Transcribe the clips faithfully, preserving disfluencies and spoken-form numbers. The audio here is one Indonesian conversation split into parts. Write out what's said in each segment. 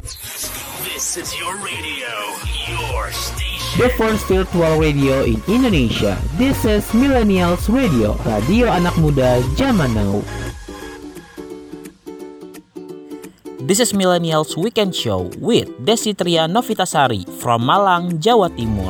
This is your radio, your station. The first virtual radio in Indonesia. This is Millennials Radio, radio anak muda zaman now. This is Millennials Weekend Show with Desitria Novitasari from Malang, Jawa Timur.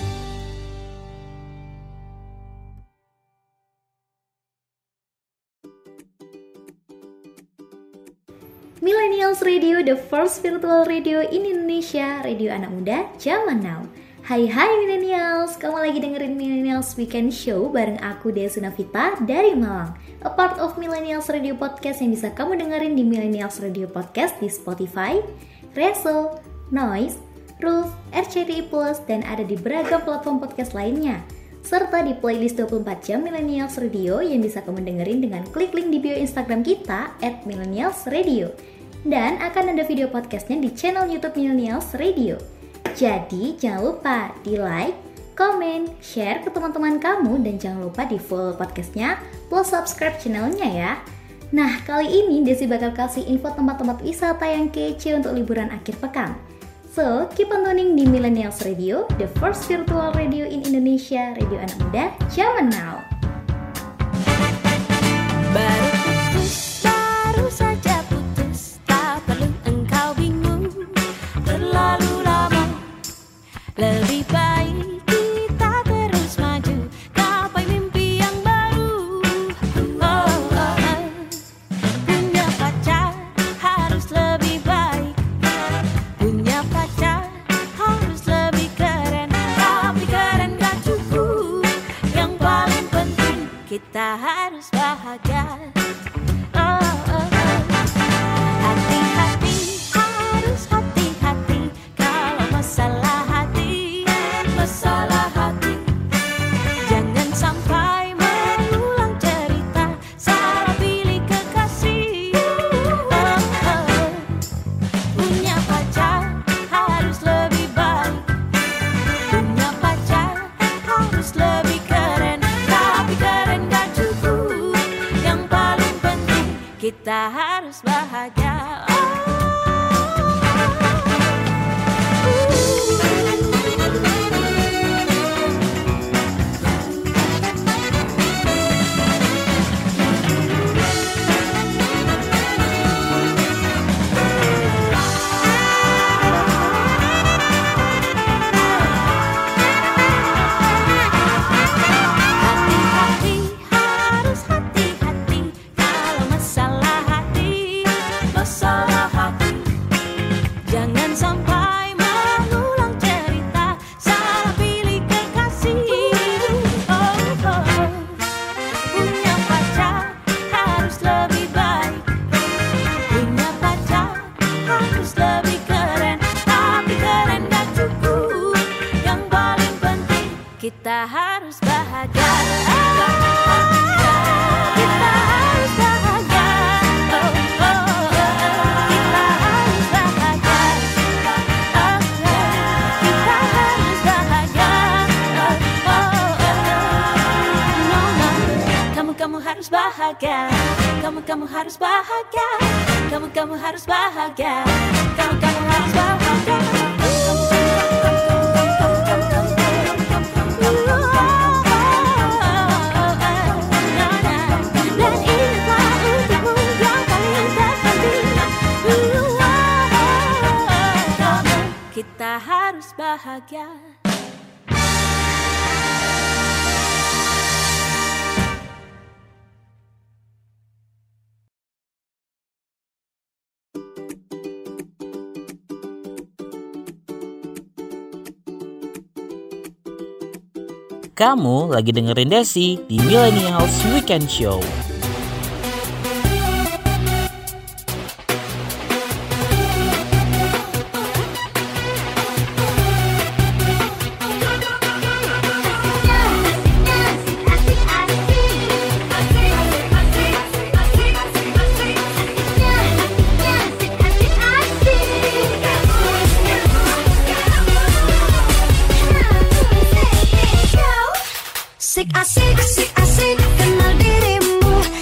Millennials Radio, the first virtual radio in Indonesia, radio anak muda zaman now. Hai hai Millennials, kamu lagi dengerin Millennials Weekend Show bareng aku Desi Novita dari Malang. A part of Millennials Radio Podcast yang bisa kamu dengerin di Millennials Radio Podcast di Spotify, Reso, Noise, Roof, R C T I Plus, dan ada di beragam platform podcast lainnya. Serta di playlist dua puluh empat jam Millennials Radio yang bisa kamu dengerin dengan klik link di bio Instagram kita at millennials radio. Dan akan ada video podcastnya di channel YouTube Millennials Radio. Jadi jangan lupa di like, komen, share ke teman-teman kamu, dan jangan lupa di follow podcastnya plus subscribe channelnya ya. Nah, kali ini Desi bakal kasih info tempat-tempat wisata yang kece untuk liburan akhir pekan. So, keep on tuning di Millennials Radio, the first virtual radio in Indonesia, radio anak muda zaman now. Baru putus, baru saja putus, tak perlu engkau bingung, terlalu lama. Lebih baik kita terus maju, gapai mimpi yang baru. Oh, oh, oh. Punya pacar harus lebih baik, punya pacar harus lebih keren. Tapi keren gak cukup, yang paling penting kita harus bahagia. Oh, oh, oh. Hati-hati, harus hati-hati kalau masalah hati, masalah hati. Jangan sampai mengulang cerita, salah pilih kekasih. Oh, oh. Punya pacar harus lebih baik, punya pacar harus lebih keren. Tapi keren gak cukup, yang paling penting kita harus bahagia. Hati-hati, harus hati-hati kalau masalah hati, masalah hati. Jangan sampai mengulang cerita, salah pilih kekasih. Oh, oh. Punya pacar harus lebih baik, punya pacar harus lebih keren. Tapi keren gak cukup, yang paling penting kita harus bahagia. Kita harus bahagia. Oh, oh, oh. Kita harus bahagia. Oh, kita harus bahagia. Oh, oh, oh. No, no. Kamu, kamu harus bahagia. Kamu, kamu harus bahagia. Kamu, kamu harus bahagia. Kamu, kamu harus bahagia. Dan inilah untukmu yang paling terpenting. Kita harus bahagia. Kamu lagi dengerin Desi di Millennials Weekend Show. Asik asik asik asik kenal dirimu.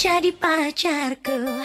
jadi pacarku.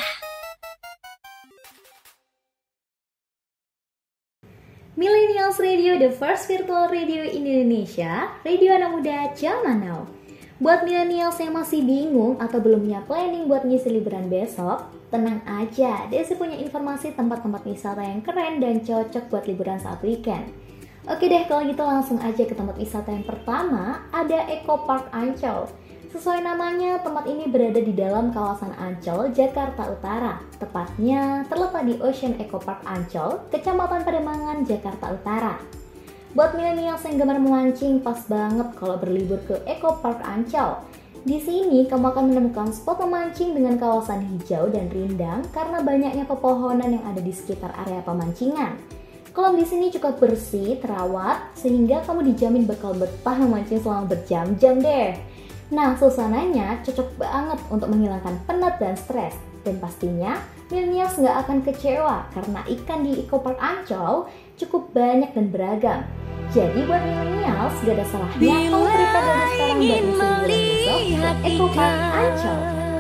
Millennials Radio, the first virtual radio in Indonesia, radio anak muda zaman now. Buat millennials yang masih bingung atau belum punya planning buat ngisi liburan besok, tenang aja, Desi punya informasi tempat-tempat wisata yang keren dan cocok buat liburan saat weekend. Oke deh, kalau gitu langsung aja ke tempat wisata yang pertama, ada Eco Park Ancol. Sesuai namanya, tempat ini berada di dalam kawasan Ancol, Jakarta Utara. Tepatnya terletak di Ocean Eco Park Ancol, Kecamatan Pademangan, Jakarta Utara. Buat milenials yang gemar memancing, pas banget kalau berlibur ke Eco Park Ancol. Di sini kamu akan menemukan spot memancing dengan kawasan hijau dan rindang karena banyaknya pepohonan yang ada di sekitar area pemancingan. Kolam di sini cukup bersih, terawat, sehingga kamu dijamin bakal betah memancing selama berjam-jam deh. Nah, suasananya cocok banget untuk menghilangkan penat dan stres. Dan pastinya, millennials nggak akan kecewa karena ikan di Eco Park Ancol cukup banyak dan beragam. Jadi buat millennials, gak ada salahnya kalau prepare dari sekarang buat ngisi liburan besok ke Eco Park Ancol.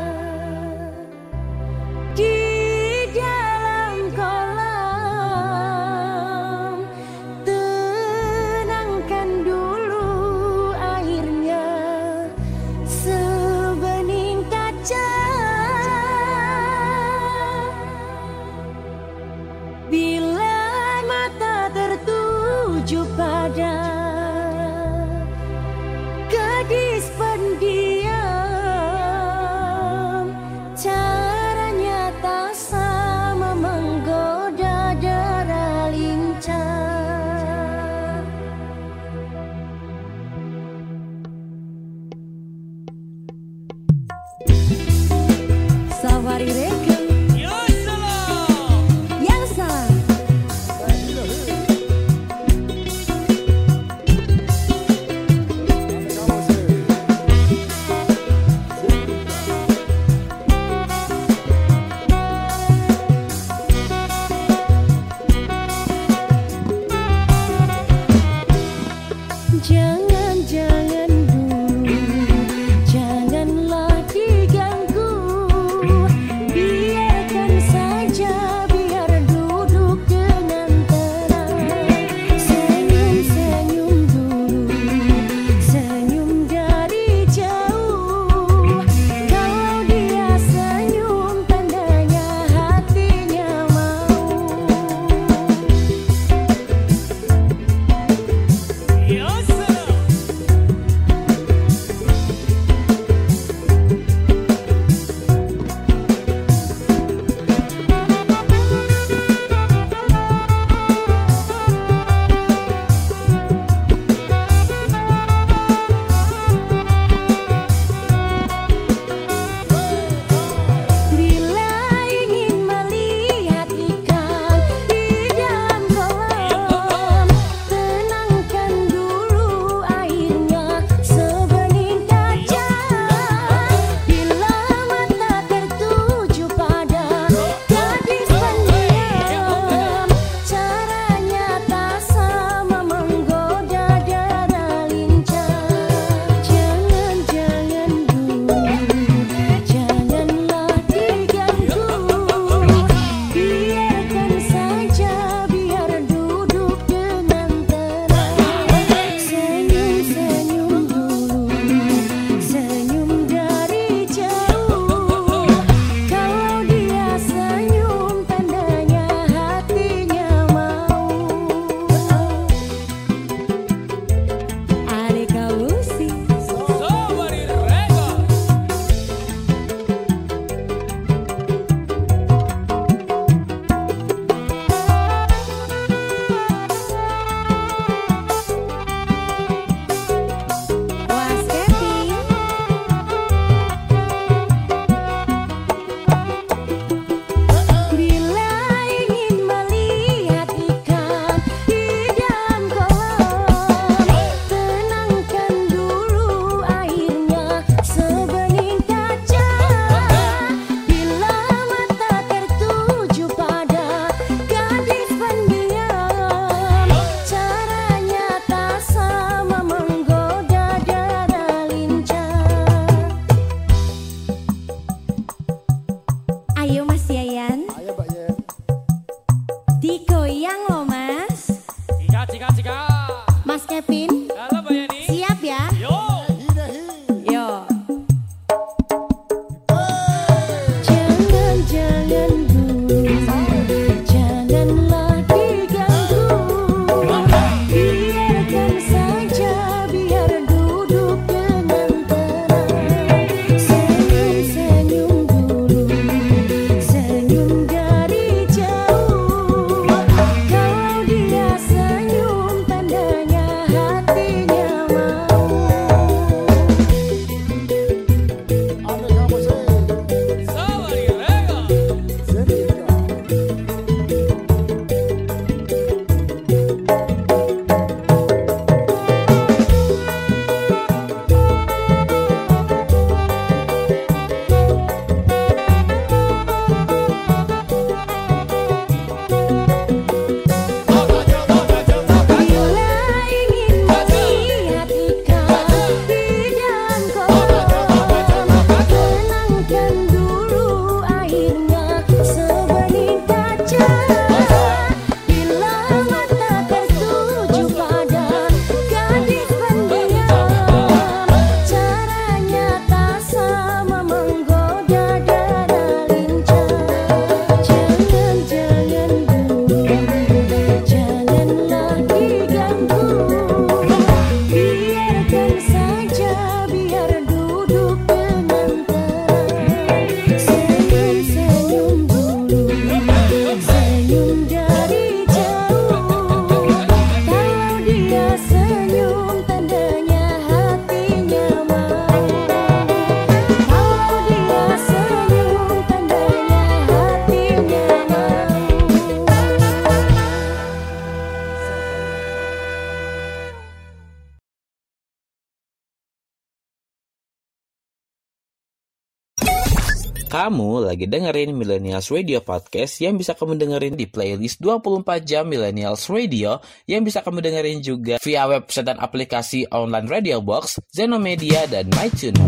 Di dalam kolam, tenangkan dulu airnya, sebening kaca. Bila mata tertuju pada gadis pendiam, caranya tak sama menggoda darah lincah. Safari Reka yang salah. Jangan-jangan dulu, janganlah diganggu. Kamu lagi dengerin Millennials Radio Podcast yang bisa kamu dengerin di playlist dua puluh empat jam Millennials Radio yang bisa kamu dengerin juga via website dan aplikasi online Radio Box, Zenomedia, dan MyTuner.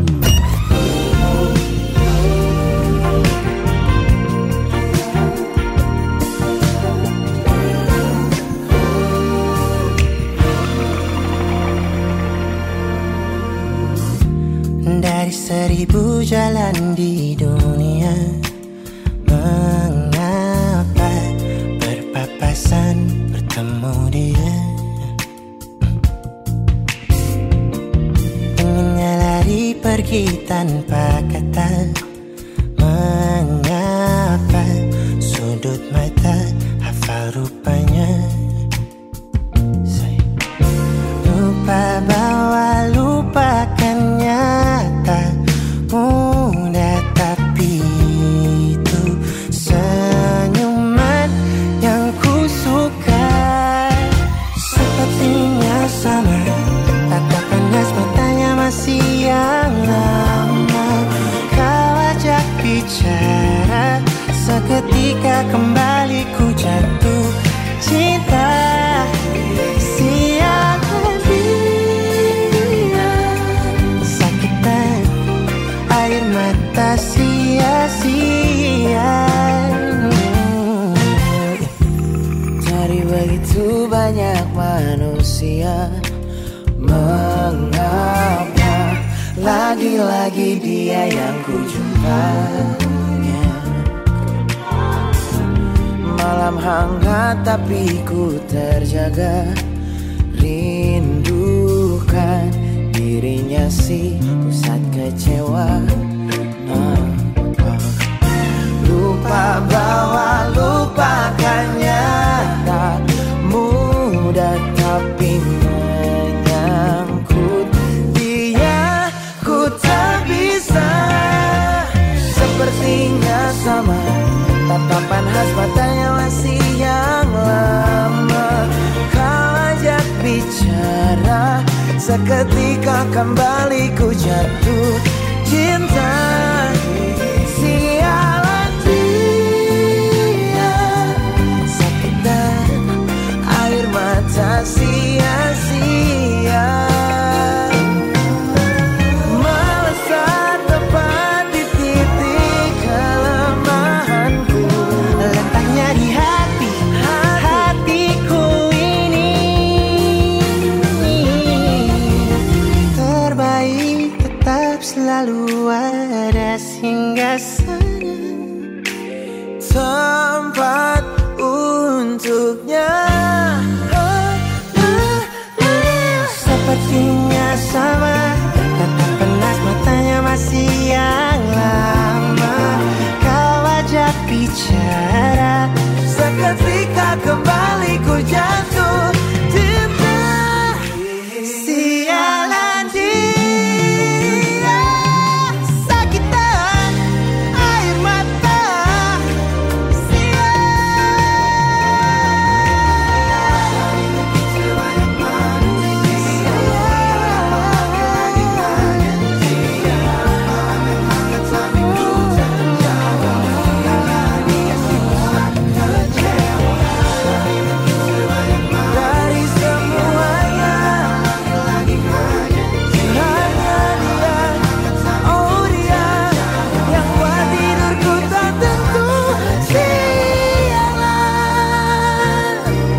Dari seribu jalan di dunia, mengapa berpapasan bertemu dia? Inginnya lari pergi tanpa kata, mengapa sudut mata hafal rupanya? Lupa bahwa lupakannya tak mudah, tapi itu senyuman yang ku suka. Sepertinya sama, tatap panas matanya masih yang lama. Kau ajak bicara, seketika kembali ku jatuh cinta. Siapa dia, sakitan air mata sia-sia. Dari begitu banyak manusia, mengapa lagi-lagi dia yang ku jumpanya? Malam hangat tapi ku terjaga, rindukan dirinya si pusat kecewa. Nah, oh. Lupa bahwa lupakannya tak mudah, tapi menyangkut dia ku tak bisa. Sepertinya sama, tatapan khas matanya masih yang lama. Kau ajak bicara, seketika kembali ku jatuh cinta. Sialan dia, sakitan air mata sia-sia. Melesat tepat di titik kelemahanku, letaknya di hati, hatiku ini. Terbaik tetap selalu ada singgasana, tempat untuknya. Sepertinya sama, tatap panas matanya masih yang lama. Kau ajak bicara, seketika kembali ku jatuh cinta. Sialan dia, sakitan air mata sia. Dari semuanya hanya dia, oh dia yang buat tidurku tak tentu. Sialan.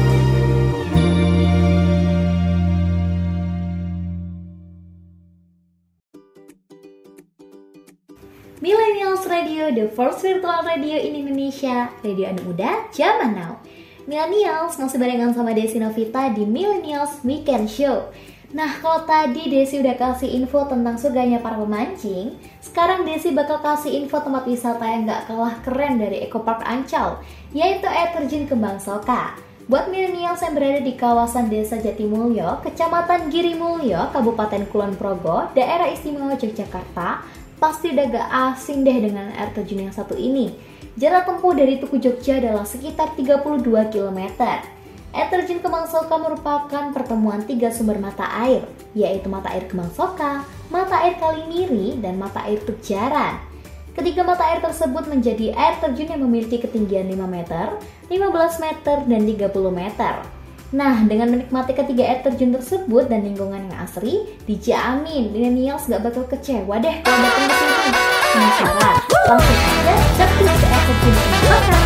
Millennials Radio, the first virtual radio in Indonesia, radio anak muda zaman now. Millennials masih barengan sama Desi Novita di Millennials Weekend Show. Nah, kalau tadi Desi udah kasih info tentang surganya para pemancing, sekarang Desi bakal kasih info tempat wisata yang gak kalah keren dari Eco Park Ancol, yaitu air terjun Kembang Soka. Buat millennials yang berada di kawasan Desa Jatimulyo, Kecamatan Girimulyo, Kabupaten Kulon Progo, Daerah Istimewa Yogyakarta, pasti udah gak asing deh dengan air terjun yang satu ini. Jarak tempuh dari Tugu Jogja adalah sekitar tiga puluh dua kilometer. Air terjun Kembang Soka merupakan pertemuan tiga sumber mata air, yaitu mata air Kembang Soka, mata air Kalimiri, dan mata air Tuk Jaran. Ketiga mata air tersebut menjadi air terjun yang memiliki ketinggian lima meter, lima belas meter, dan tiga puluh meter. Nah, dengan menikmati ketiga air terjun tersebut dan lingkungan yang asri, dijamin millennials gak bakal kecewa deh kalau datang ke sini. Penasaran? Langsung aja cek tips air terjun yang bakal.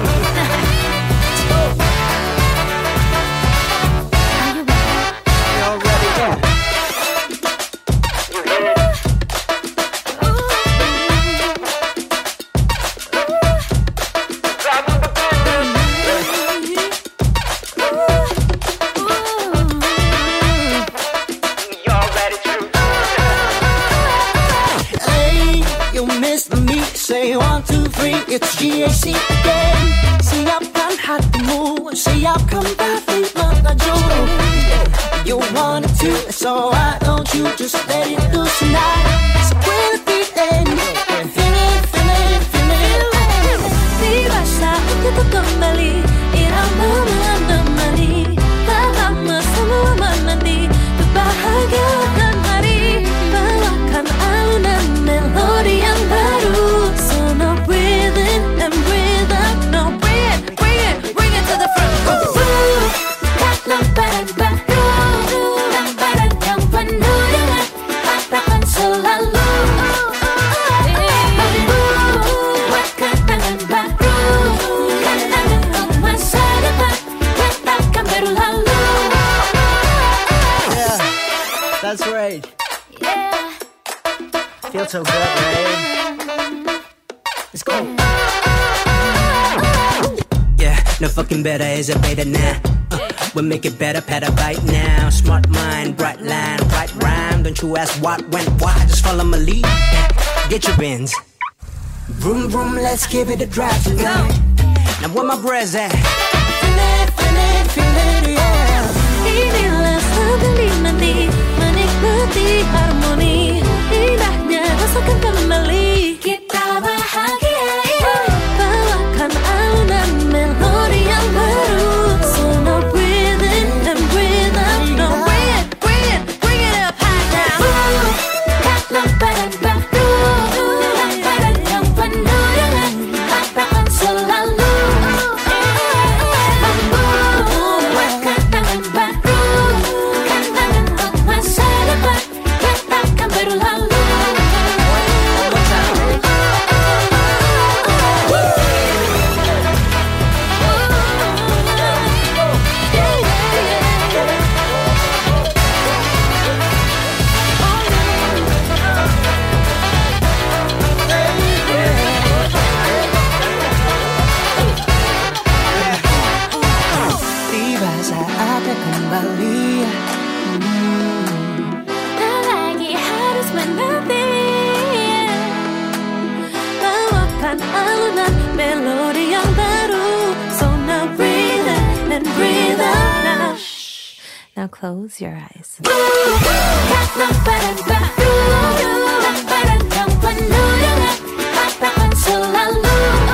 Say one, two, three, it's G A C again. Siapkan hatimu, siapkan batin matamu. You want it to, so why don't you just let it loose tonight? So we're at the end, feel it, feel it, feel it. Tiba saat kita kembali, irama menemani. Tak lama semua menanti, kebahagiaan hari. Bawakan alunan melodi yang baru. That's right. Yeah. Feels so good, right? It's cool. Yeah, no fucking better is a better now. Uh, we'll make it better, better right now. Smart mind, bright line, right rhyme. Don't you ask what went why, just follow my lead. Get your bins. Vroom, vroom, let's give it a drive tonight. Now where my breath's at? Feel it, feel it, feel it, yeah. Inilah sambil dinanti, menikmati harmoni. Indahnya rasakan kembali, kita bahagia. Bawakan alunan melodi yang baru. So now breathe in and breathe out. Now bring it, bring it, bring it up high now. Karena badan baru, badan yang penuh dengan harapan selalu. Buatkan tangan baru, kandangan untuk masa depan. Katakan baru lalu. Tiba saatnya kembali. Tak lagi harus menanti. Bawakan alunan melodi yang baru. So now breathe in and breathe out now. Now close your eyes. Karena badan baru, badan yang penuh dengan harapan selalu.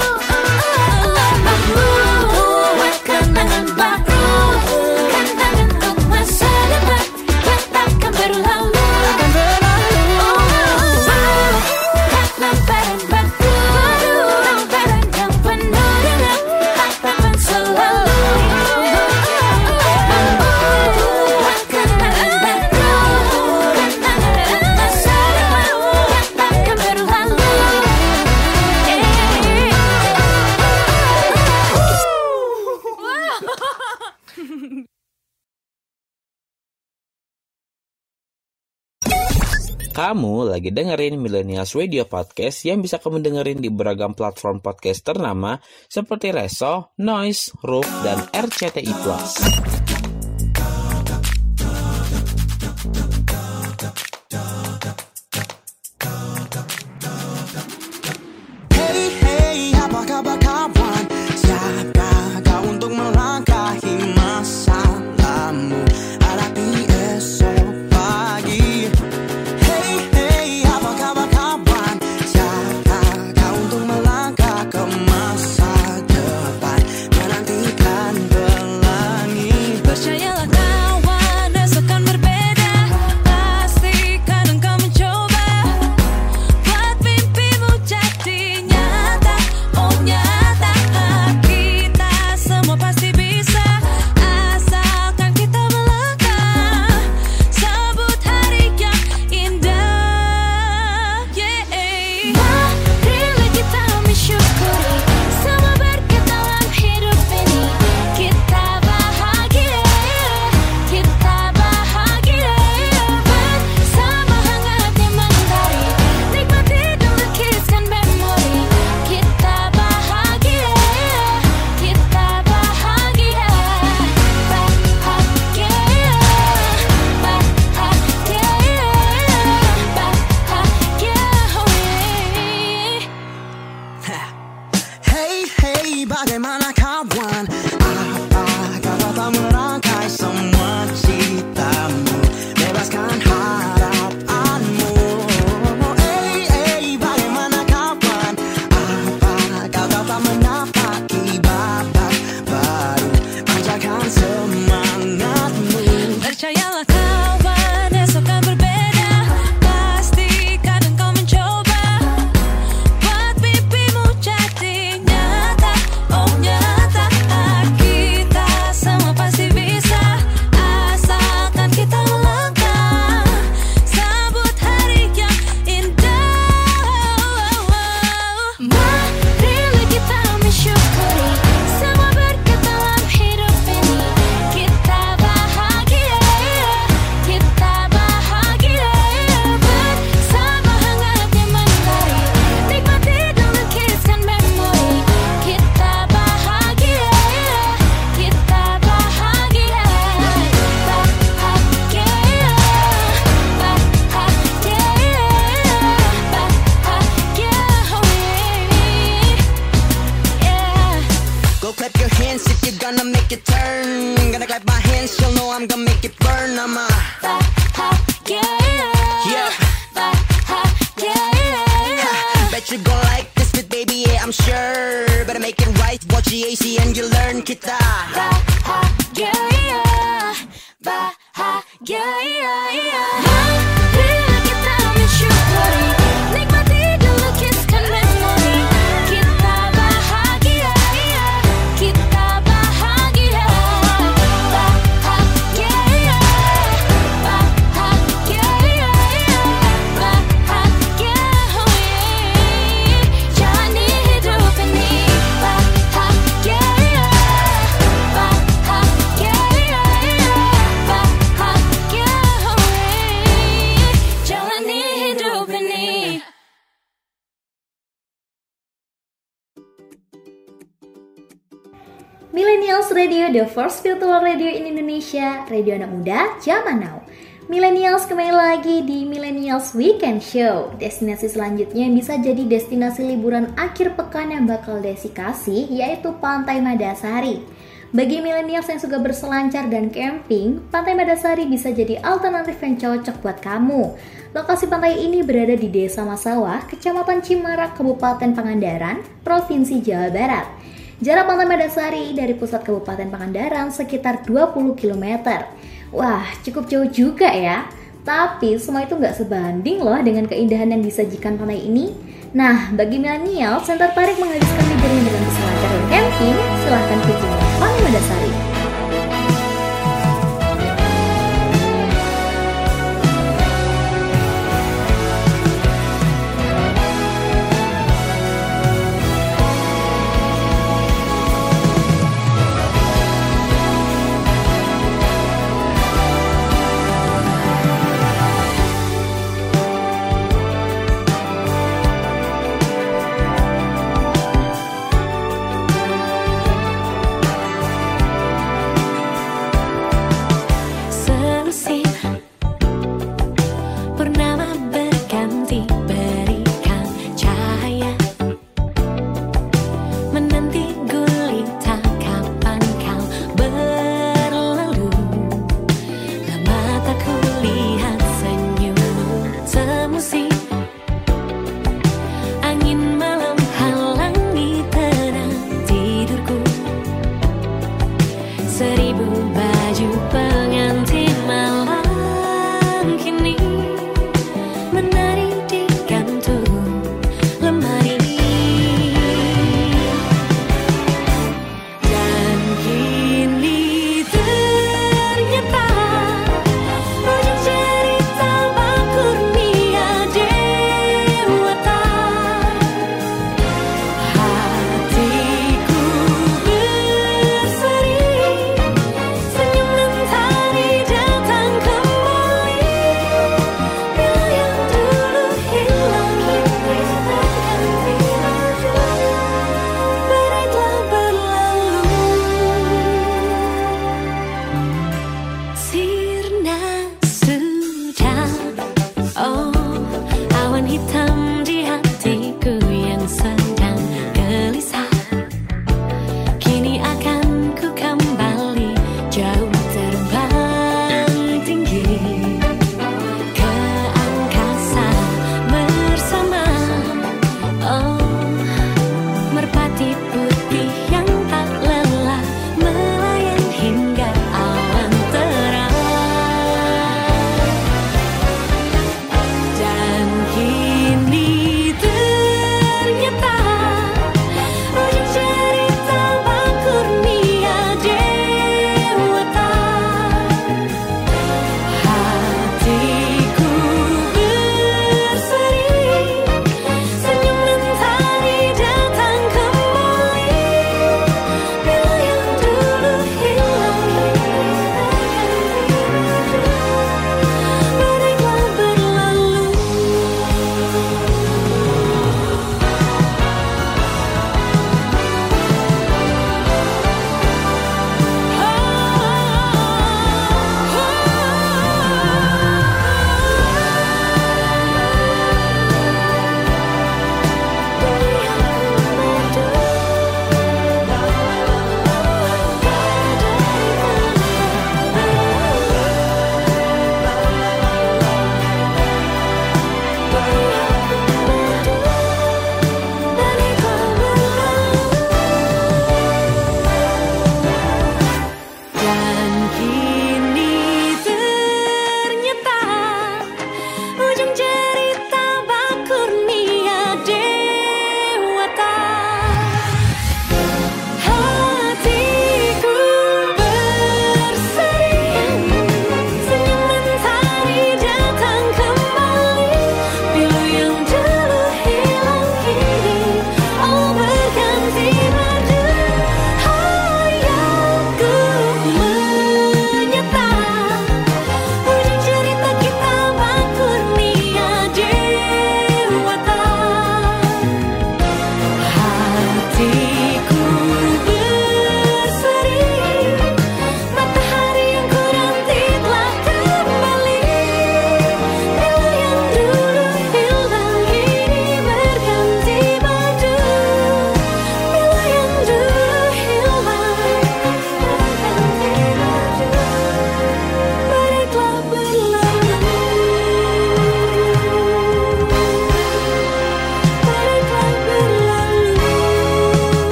Buatkan tangan baru, kandangan untuk masa depan. Katakan baru lalu. Karena badan baru, badan yang penuh dengan harapan selalu. Buatkan tangan baru, kandangan untuk masa depan. Katakan baru lalu. Kamu lagi dengerin Millennials Radio Podcast yang bisa kamu dengerin di beragam platform podcast ternama seperti Reso, Noise, Roof, dan R C T I Plus. Hey, hey, apa kabar kawan? Siapkah kau untuk melangkahi masalahmu? Hadapi esok pagi. Hey, hey, apa kabar kawan? Siapkah kau untuk melangkah ke masa depan? Menantikan pelangi. hey, bagaimana kawan? Apa kau dapat merangkai semua citamu, bebaskan harapanmu. Hey, hey, bagaimana kawan? Apa kau dapat menapaki babak baru, panjatkan semangatmu. Percayalah kawan, esok kan berbeda. Pasti kadang kau mencoba buat mimpimu jadi nyata. Oh nyata, kita semua pasti bisa, asalkan kita melangkah. Sambut hari yang indah. Marilah kita mensyukuri semua berkat dalam hidup ini. Kita bahagia, kita bahagia bersama hangatnya mentari. Nikmati dan lukiskan memori. Kita bahagia, kita bahagia, bahagia, bahagia, bahagia. Yeah. Go clap your hands if you're gonna make it turn. Gonna clap my hands, you'll know I'm gonna make it burn. I'm a Bahagia, yeah. bahagia. Bet you gon' like this fit, baby, yeah, I'm sure. Better make it right, watch the A C and you learn kita. Bahagia, bahagia. Marilah kita mensyukuri, nikmati dan lukiskan memori. Kita bahagia, kita bahagia, bahagia, bahagia, bahagia. Jalani hidup ini bahagia, bahagia, bahagia. Jalani hidup ini. Millennials Radio, the first virtual radio in Indonesia, radio anak muda zaman now. Millennials kembali lagi di Millennials Weekend Show. Destinasi selanjutnya yang bisa jadi destinasi liburan akhir pekan yang bakal Desi kasih, yaitu Pantai Madasari. Bagi millennials yang suka berselancar dan camping, Pantai Madasari bisa jadi alternatif yang cocok buat kamu. Lokasi pantai ini berada di Desa Masawah, Kecamatan Cimarak, Kabupaten Pangandaran, Provinsi Jawa Barat. Jarak Pantai Madasari dari pusat Kabupaten Pangandaran sekitar dua puluh kilometer. Wah, cukup jauh juga ya. Tapi semua itu nggak sebanding loh dengan keindahan yang disajikan pantai ini. Nah, bagi milenial yang tertarik menghabiskan liburnya dengan berselancar dan camping, silahkan kunjungi Pantai Madasari.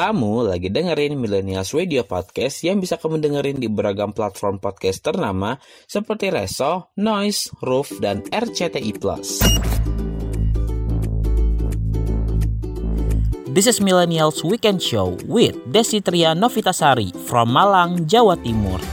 Kamu lagi dengerin Millennials Radio Podcast yang bisa kamu dengerin di beragam platform podcast ternama seperti Reso, Noise, Roof, dan R C T I Plus. This is Millennials Weekend Show with Desitria Novitasari from Malang, Jawa Timur.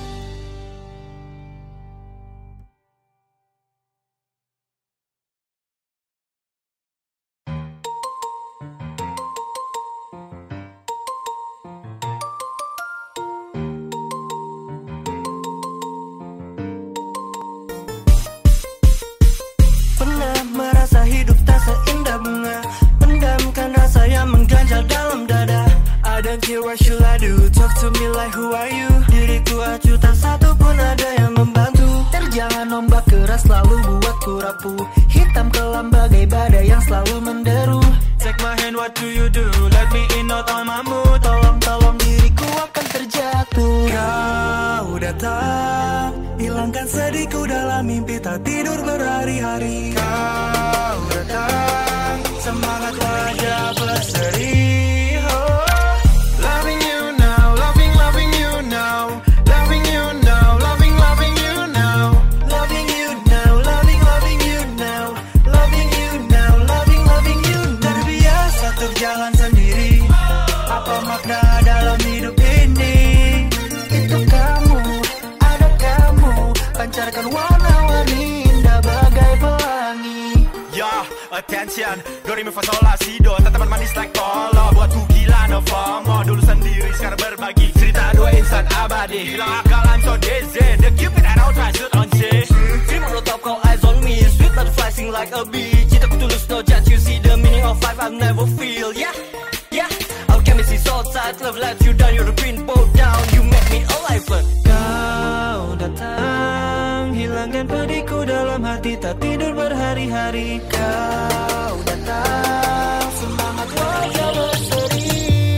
Pernah merasa hidup tak seindah bunga, pendamkan rasa yang mengganjal dalam dada. I don't care what should I do, talk to me like who are you. Diriku acuh tak satu pun ada yang membantu. Terjangan ombak keras selalu buatku rapuh, hitam kelam bagai badai yang selalu menderu. Take my hand, what do you do? Let me in, not on my mood. Tolong, tolong diriku akan terjatuh. Kau datang, hilangkan sedihku dalam mimpi tak tidur berhari-hari. Kau datang, semangat wajah berseri. Oh. Loving you now, loving, loving you now. Loving you now, loving, loving you now. Loving you now, loving, loving you now. Loving you now, loving, loving you now. Terbiasa untuk jalan sendiri, apa makna dalam hidup ini? Itu kamu, ada kamu, pancarkan warna-warni indah bagai pelangi. Ya, attention, do re mi fa sol la si do, tatapan manis like polo. Buatku gila no FOMO, dulu sendiri sekarang berbagi. Cerita dua insan abadi, hilang akal I'm so dizzy. The cupid and out I shoot on shit. Dream on the top, call eyes on me. Sweet butterfly sing like a bee. Cintaku tulus, no judge, you see the meaning of life I'll never feel. Yeah, yeah. Our chemistry so tight, love lets you down. You're the green bow down, you make me alive. But kau datang, hilangkan pedihku dalam hati, tak tidur berhari-hari. Kau datang, semangat wajah berseri.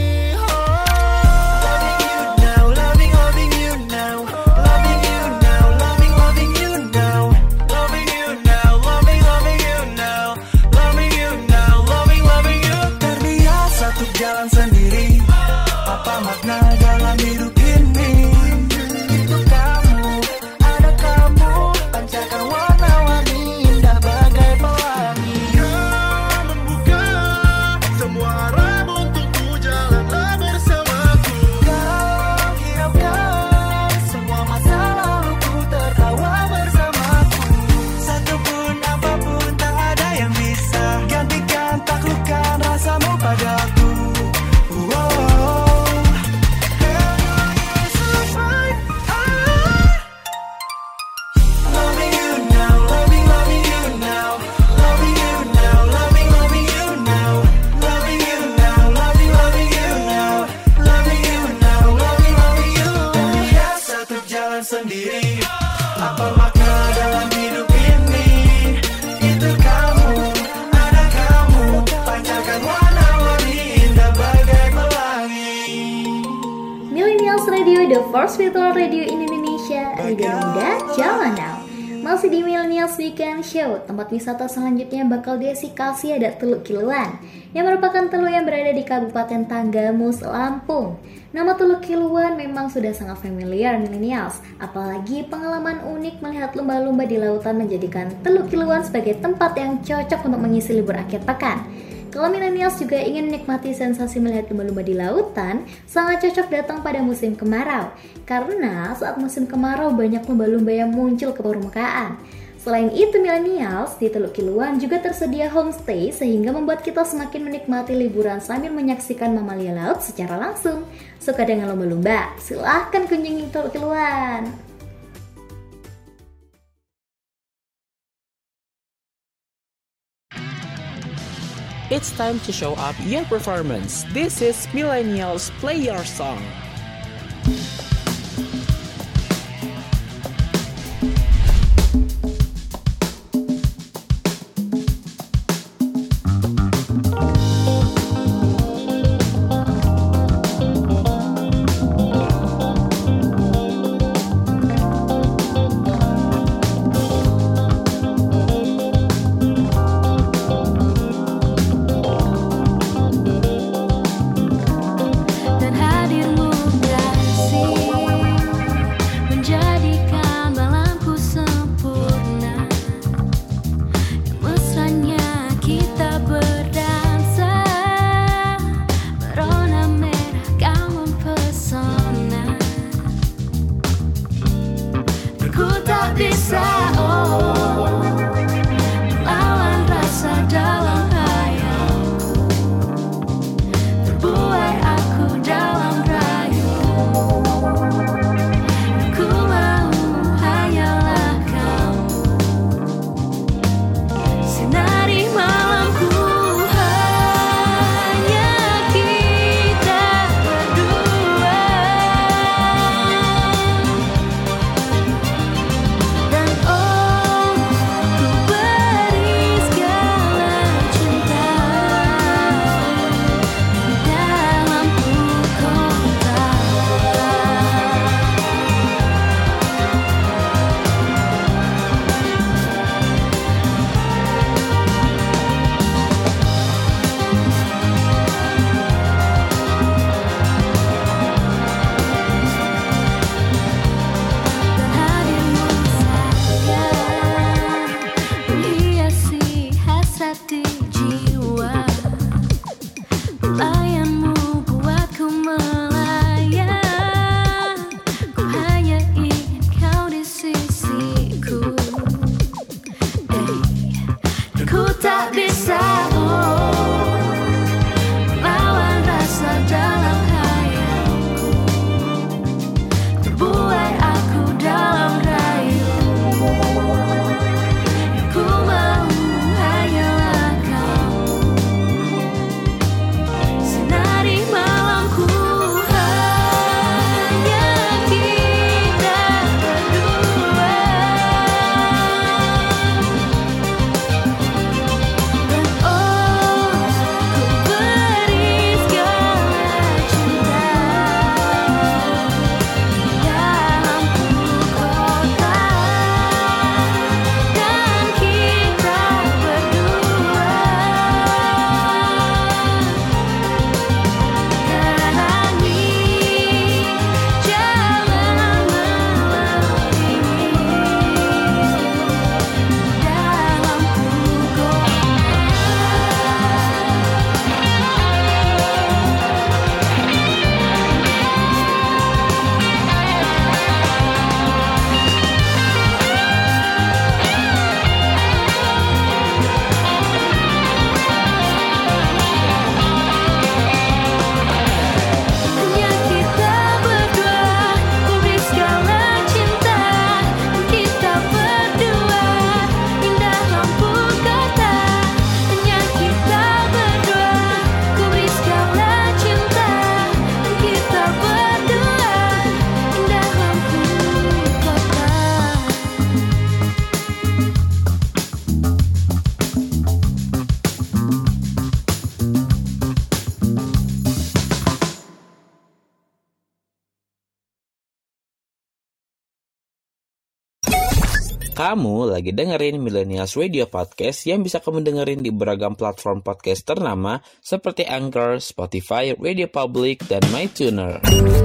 Loving you now, loving, loving you now. Loving you now, loving, loving you now. Loving you now, loving, loving you now. Loving you now, loving, loving you. Terbiasa untuk jalan sendiri, apa makna dalam hidup ini? Itu kamu, ada kamu, pancarkan warna-warni indah bagai pelangi. Kau membuka semua arah untukku, jalanlah bersamaku. Kau hiraukan semua masa laluku, tertawa bersamaku. Satupun apapun tak ada yang bisa gantikan, taklukkan rasamu padaku. Wow. Loving you now, loving, loving you now. Loving you now, loving, loving you now. Loving you now, loving, loving you now. Loving you now, loving, loving you. Terbiasa untuk jalan sendiri, apa makna dalam hidup ini? Itu kamu, ada kamu, pancarkan warna-warni indah bagai pelangi. Millennials Radio, the first virtual radio in Indonesia. Radio muda, zaman now. Masih di Millennials Weekend Show, tempat wisata selanjutnya bakal Desi kasih ada Teluk Kiluan, yang merupakan teluk yang berada di Kabupaten Tanggamus, Lampung. Nama Teluk Kiluan memang sudah sangat familiar Millennials, apalagi pengalaman unik melihat lumba-lumba di lautan menjadikan Teluk Kiluan sebagai tempat yang cocok untuk mengisi libur akhir pekan. Kalau Millennials juga ingin menikmati sensasi melihat lumba-lumba di lautan, sangat cocok datang pada musim kemarau. Karena saat musim kemarau banyak lumba-lumba yang muncul ke permukaan. Selain itu Millennials, di Teluk Kiluan juga tersedia homestay sehingga membuat kita semakin menikmati liburan sambil menyaksikan mamalia laut secara langsung. Suka dengan lumba-lumba? Silahkan kunjungi Teluk Kiluan. It's time to show up your performance. This is Millennials Play Your Song. Kamu lagi dengerin Millennials Radio Podcast yang bisa kamu dengerin di beragam platform podcast ternama seperti Anchor, Spotify, Radio Public, dan MyTuner.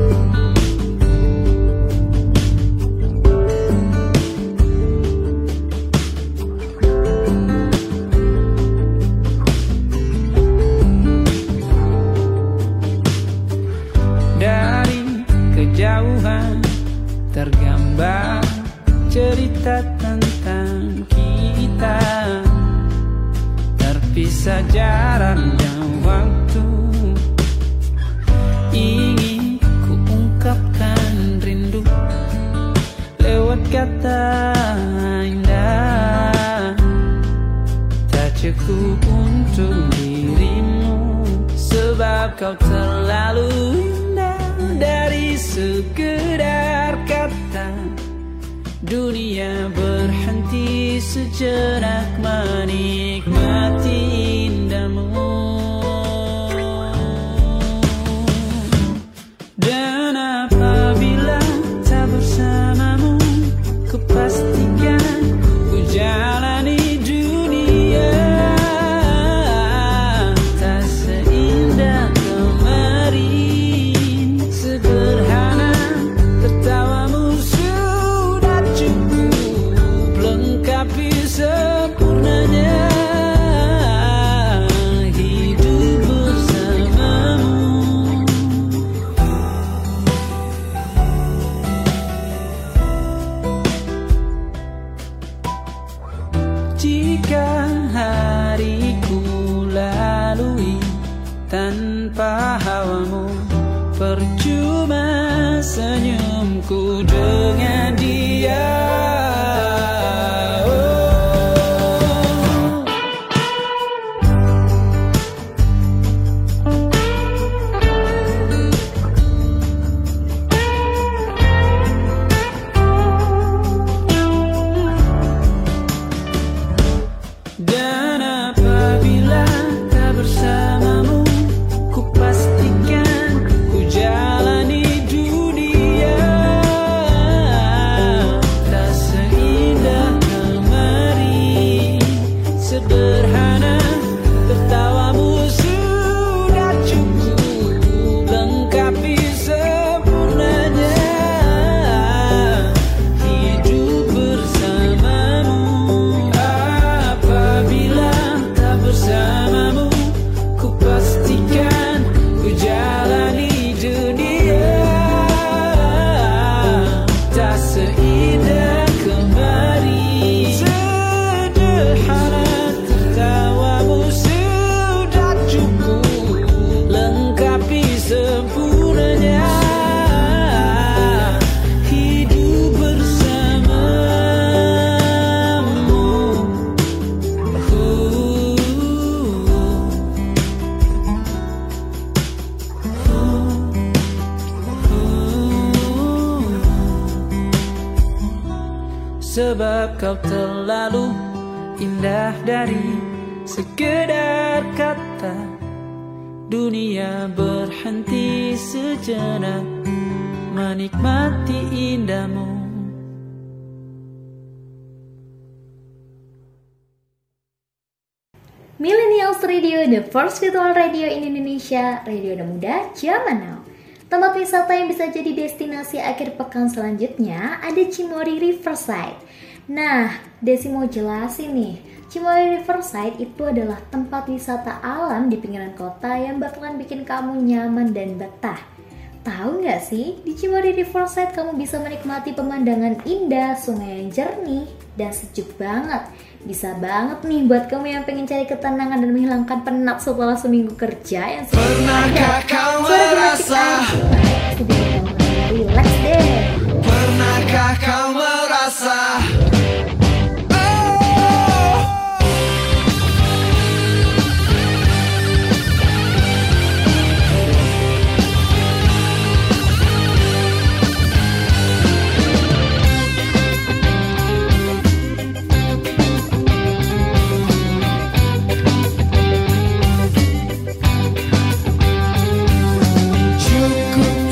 Dari kejauhan tergambar cerita tentang kita, terpisah jarak dan waktu. Ingin ku ungkapkan rindu lewat kata indah, tak cukup untuk dirimu, sebab kau terlalu indah. Dari sekedar kata, dunia berhenti sejenak menikmati indahmu. Dan apabila tak bersamamu, ku pastikan ku jalani dunia tak seindah kemarin. Sederhana tertawamu sudah cukup lengkapi sempurnanya hidup bersamamu. Jika hariku lalui tanpa hawamu, percuma senyumku dengan dia. Dan apabila tak bersamamu, ku pastikan ku jalani dunia tak seindah kemarin. Sederhana tertawamu sudah cukup lengkapi sempurnanya hidup bersamamu. Apabila tak bersamamu, ku pastikan ku jalani dunia tak seindah kemarin. Sederhana tertawamu sudah cukup lengkapi sempurnanya hidup bersamamu. Sebab kau terlalu indah dari sekedar kata, dunia berhenti sejenak menikmati indahmu. Millennials Radio, the first virtual radio in Indonesia, radio anak muda zaman now. Tempat wisata yang bisa jadi destinasi akhir pekan selanjutnya ada Cimory Riverside. Nah, Desi mau jelasin nih, Cimory Riverside itu adalah tempat wisata alam di pinggiran kota yang bakalan bikin kamu nyaman dan betah. Tahu nggak sih, di Cimory Riverside kamu bisa menikmati pemandangan indah, sungai yang jernih, dan sejuk banget. Bisa banget nih buat kamu yang pengen cari ketenangan dan menghilangkan penat setelah seminggu kerja yang sudah Pernahkah kau merasa? Relax deh. Pernahkah kau merasa?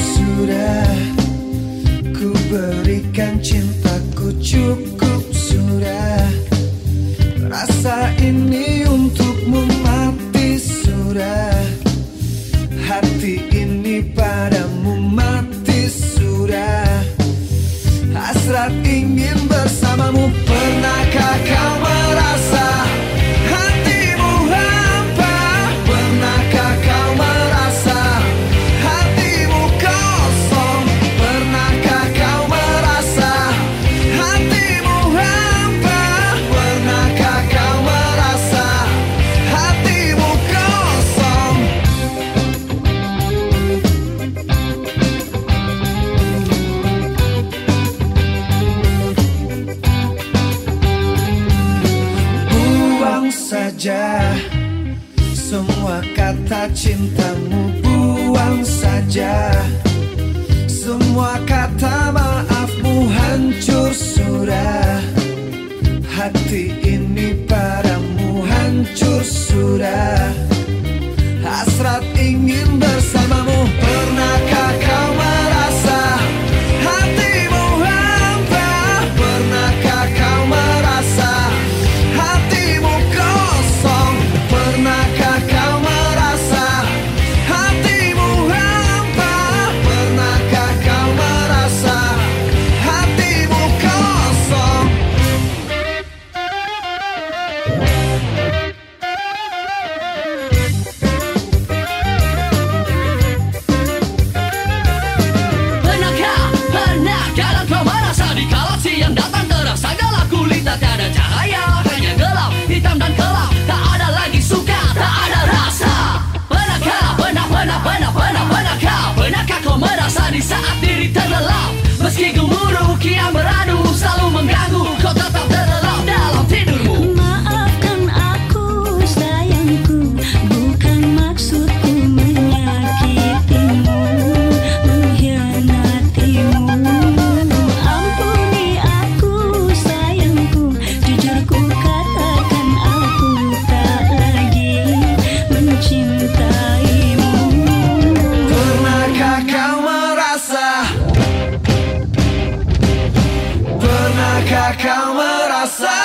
Cukup hasrat ingin bersamamu. Pernahkah kau merasa hatimu hampa? Pernahkah kau merasa hatimu kosong? Pernahkah kau merasa hatimu hampa? Pernahkah kau merasa hatimu kosong? Buang saja semua kata cintamu, buang saja semua kata maafmu. Hancur sudah hati ini padamu, hancur sudah hasrat ingin bersamamu. Pernahkah kau merasa hatimu hampa? Pernahkah kau merasa hatimu kosong? Pernahkah kau merasa hatimu hampa? Pernahkah kau merasa hatimu kosong? Pernahkah, pernahkah kau merasa di kala siang datang terasa gelap gulita, tiada cahaya, hanya gelap, hitam dan kelam, tak ada lagi suka, tak ada rasa. Pernahkah, pernah, pernah, pernah, pernah, pernahkah, pernahkah kau merasa di saat diri terlelap, meski gemuruh kian beradu selalu mengganggu, kau tetap terlelap dalam tidurmu. Maafkan aku sayangku, bukan maksudku menyakitimu, mengkhianatimu. Ampuni aku sayangku, jujur ku katakan aku tak lagi mencintaimu. Pernahkah kau merasa? Pernahkah kau merasa?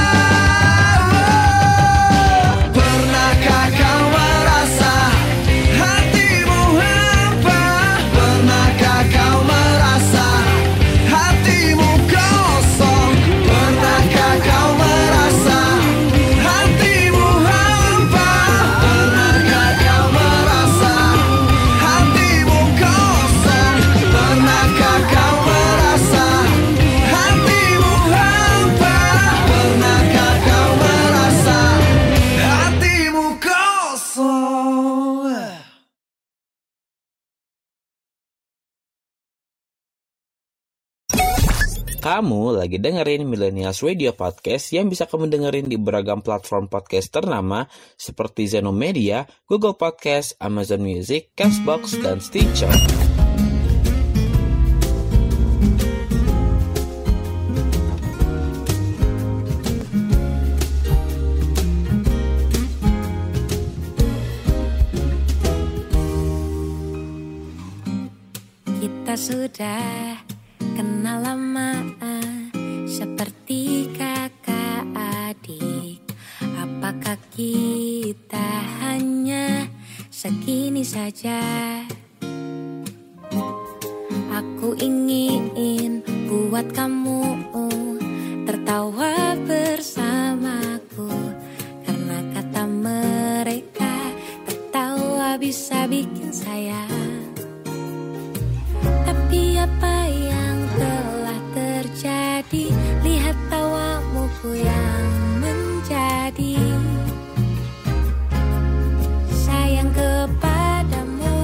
Pernahkah kau merasa hatimu hampa? Pernahkah kau merasa hatimu kosong? Pernahkah kau merasa hatimu hampa? Pernahkah kau merasa hatimu kosong? Pernahkah kau merasa hatimu hampa? Pernahkah kau merasa hatimu kosong? Kamu lagi dengerin Millennials Radio Podcast yang bisa kamu dengerin di beragam platform podcast ternama seperti Zenomedia, Google Podcast, Amazon Music, Castbox, dan Stitcher. Kita sudah kenal lama, seperti kakak adik. Apakah kita hanya segini saja? Aku ingin buat kamu tertawa bersamaku, karena kata mereka tertawa bisa bikin sayang. Tapi apa yang telah terjadi? Lihat tawamu yang menjadi sayang kepadamu.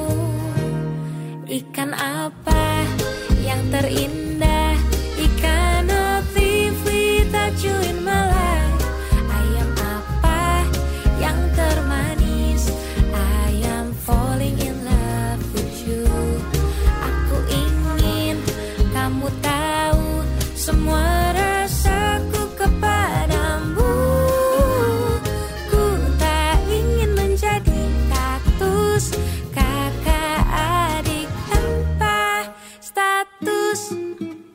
Ikan apa yang terindah? Ikan Otivli tajuin malai. Ayam apa yang termanis? I am falling in love with you. Aku ingin kamu tahu semua rasaku kepadamu. Ku tak ingin menjadi kaktus, kakak adik tanpa status.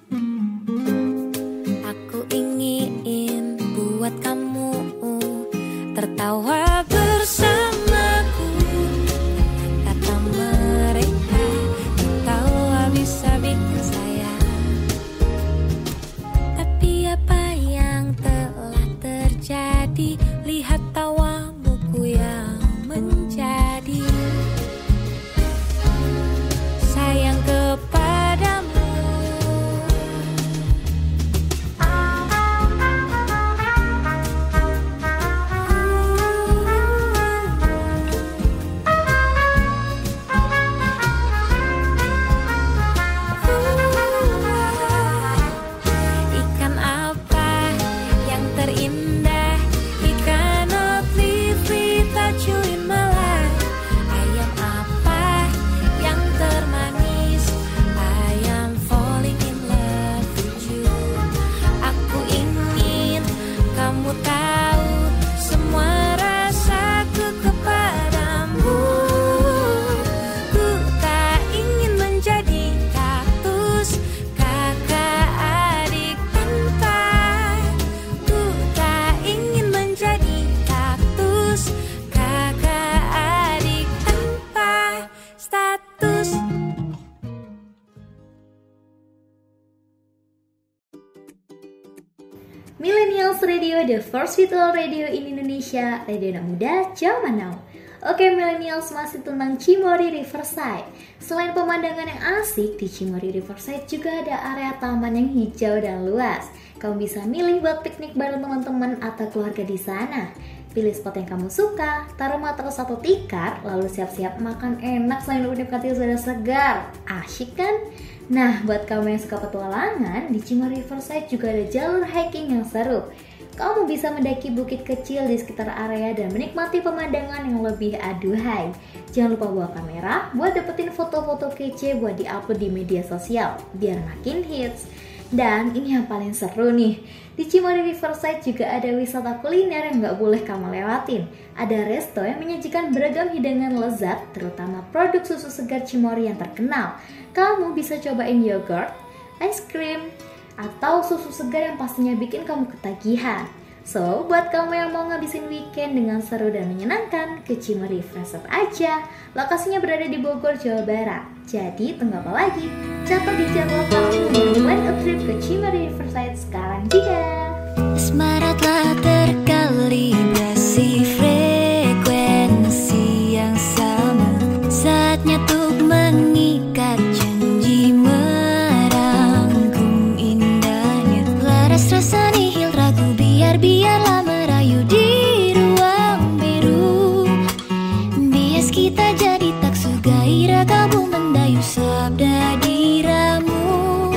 Millennials Radio, the first virtual radio in Indonesia, radio anak muda zaman now. Oke millennials, masih tentang Cimory Riverside. Selain pemandangan yang asik, di Cimory Riverside juga ada area taman yang hijau dan luas. Kamu bisa milih buat piknik bareng teman-teman atau keluarga di sana. Pilih spot yang kamu suka, taruh matras atau tikar, lalu siap-siap makan enak sambil menikmati udara segar. Asyik kan? Nah, buat kamu yang suka petualangan, di Cimory Riverside juga ada jalur hiking yang seru. Kamu bisa mendaki bukit kecil di sekitar area dan menikmati pemandangan yang lebih aduhai. Jangan lupa bawa kamera buat dapetin foto-foto kece buat di-upload di media sosial, biar makin hits. Dan ini yang paling seru nih, di Cimory Riverside juga ada wisata kuliner yang gak boleh kamu lewatin. Ada resto yang menyajikan beragam hidangan lezat, terutama produk susu segar Cimory yang terkenal. Kamu bisa cobain yogurt, ice cream, atau susu segar yang pastinya bikin kamu ketagihan. So, buat kamu yang mau ngabisin weekend dengan seru dan menyenangkan, ke Cimory Riverside aja. Lokasinya berada di Bogor, Jawa Barat. Jadi, tunggu apa lagi? Catat di jadwal kamu untuk plan a trip ke Cimory Riverside sekarang juga. Asmara telah terkalibrasi frekuensi yang sama. Saatnya untuk mengikat janji, merangkum indahnya. Laras rasa nihil ragu, biar-biarlah merayu di ruang biru. Bias kita jadi taksu, gairah kamu mendayu, sabda diramu.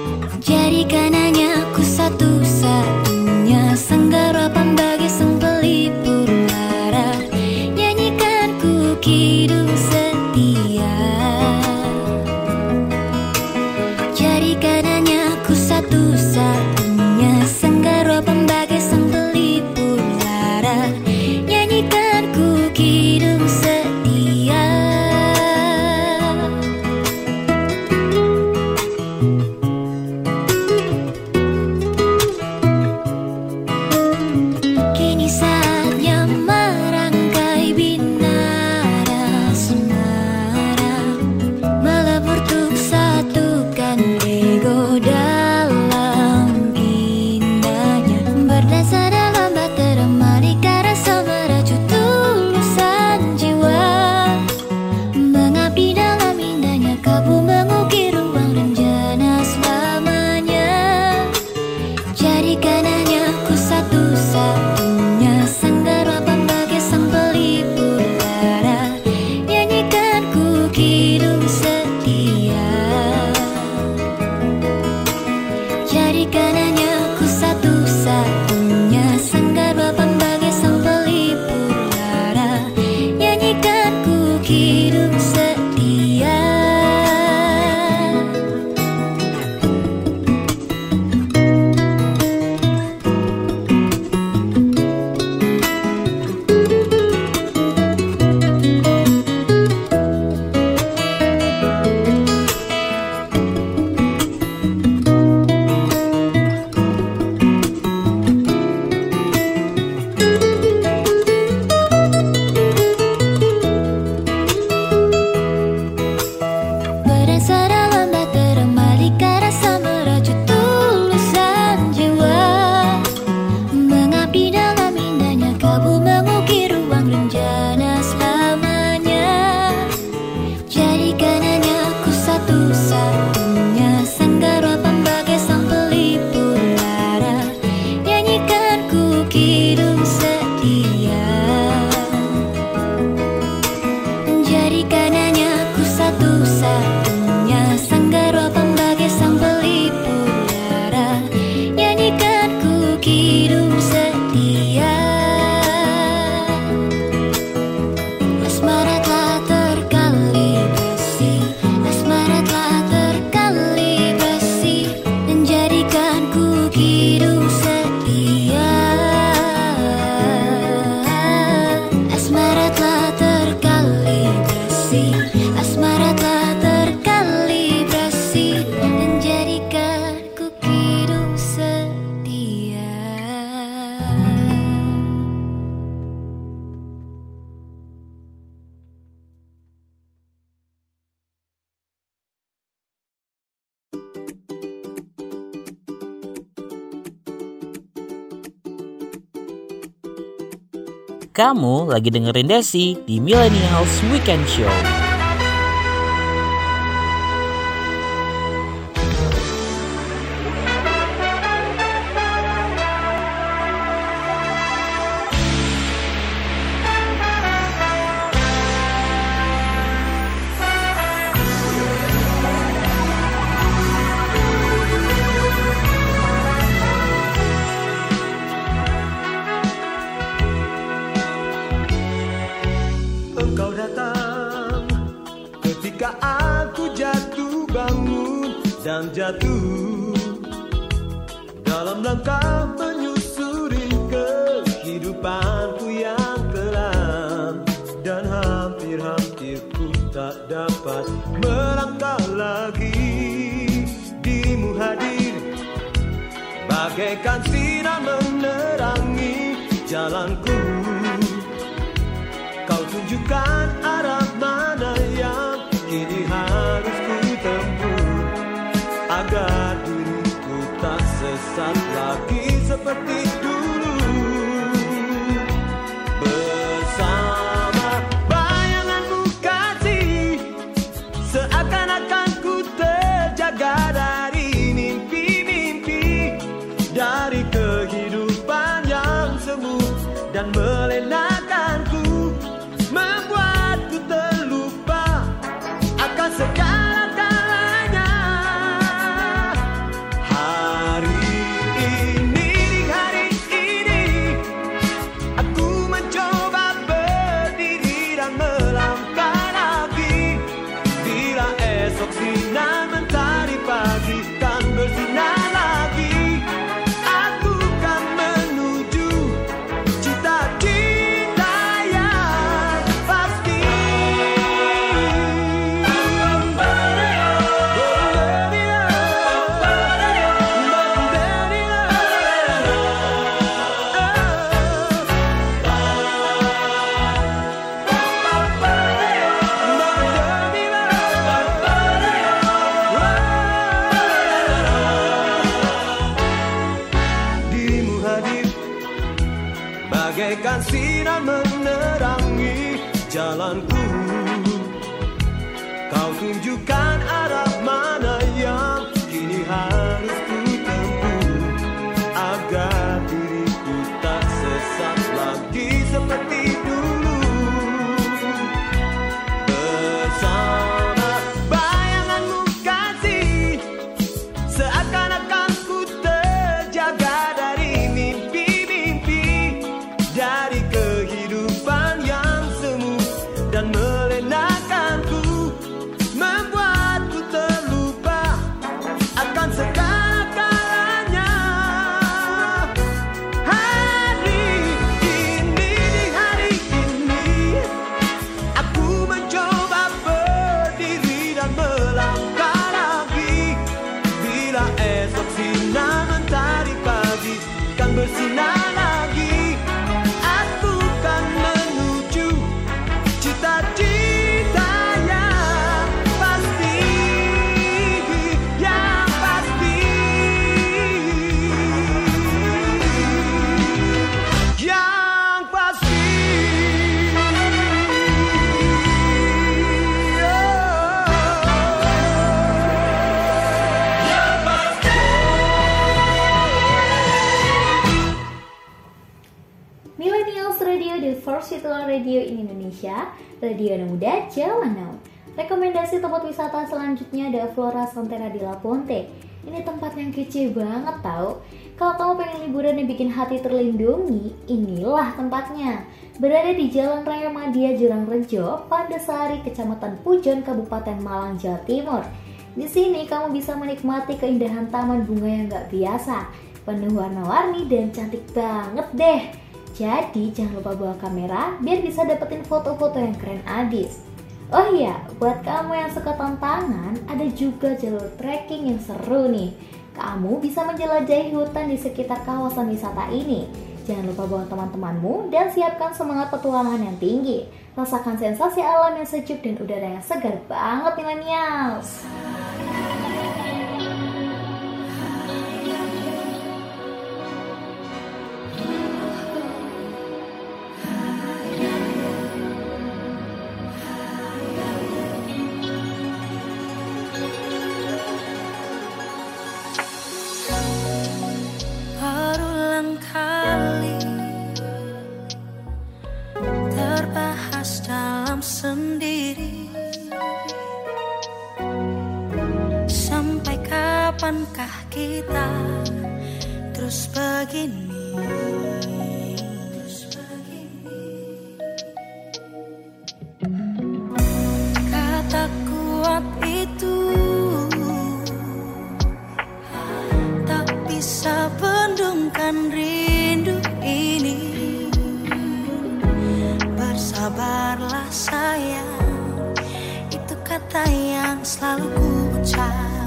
Jadikan hanya aku satu-satunya, senggara pambagi sang pelita. Kamu lagi dengerin Desi di Millennials Weekend Show. Engkau datang ketika aku jatuh bangun dan jatuh dalam langkah menyusuri kehidupanku yang kelam, dan hampir-hampir ku tak dapat melangkah lagi. Dimu hadir bagaikan sinar menerangi jalanku. Kau tunjukkan arah mana yang kini harus ku tempuh, agar diriku tak sesat lagi seperti dulu. Bersama bayanganmu kasih, seakan-akan ku terjaga dari mimpi-mimpi, dari kehidupan yang semu dan melenakanku, membuatku terlupa akan segala-galanya. Hari ini, hari ini, aku mencoba berdiri dan melangkah lagi. Bila esok sinar mentari pagi kan bersinar lagi, aku kan menuju cita-cita yang pasti. Dimu hadir bagaikan sinar menerangi jalanku. Kau tunjukkan arah mana yang kini harus ku tempuh, agar diriku tak sesat lagi seperti dulu. Bersama bayanganmu kasih, seakan-akan ku terjaga dari mimpi-mimpi, dari kehidupan yang semu dan melenakanku, membuatku terlupa akan segala-galanya. Hari ini, hari ini, aku mencoba berdiri dan melangkah lagi. Bila esok sinar mentari pagi kan bersinar lagi, aku kan menuju cita-cita yang pasti, yang pasti, yang pasti. Millennials Radio, the first virtual radio in Indonesia, radio anak muda zaman now. Rekomendasi tempat wisata selanjutnya ada Flora Sontera di La Ponte. Ini tempat yang kece banget tau. Kalau kamu pengen liburan yang bikin hati terlindungi, inilah tempatnya. Berada di Jalan Raya Madia Jurangrejo, Pandesari, Kecamatan Pujon, Kabupaten Malang, Jawa Timur. Di sini kamu bisa menikmati keindahan taman bunga yang gak biasa, penuh warna-warni dan cantik banget deh. Jadi jangan lupa bawa kamera biar bisa dapetin foto-foto yang keren abis. Oh iya, buat kamu yang suka tantangan, ada juga jalur trekking yang seru nih. Kamu bisa menjelajahi hutan di sekitar kawasan wisata ini. Jangan lupa bawa teman-temanmu dan siapkan semangat petualangan yang tinggi. Rasakan sensasi alam yang sejuk dan udara yang segar banget, millennials. kapankah kita terus begini? Kata kuat itu tak bisa bendungkan rindu ini. Bersabarlah sayang, itu kata yang selalu ku ucap.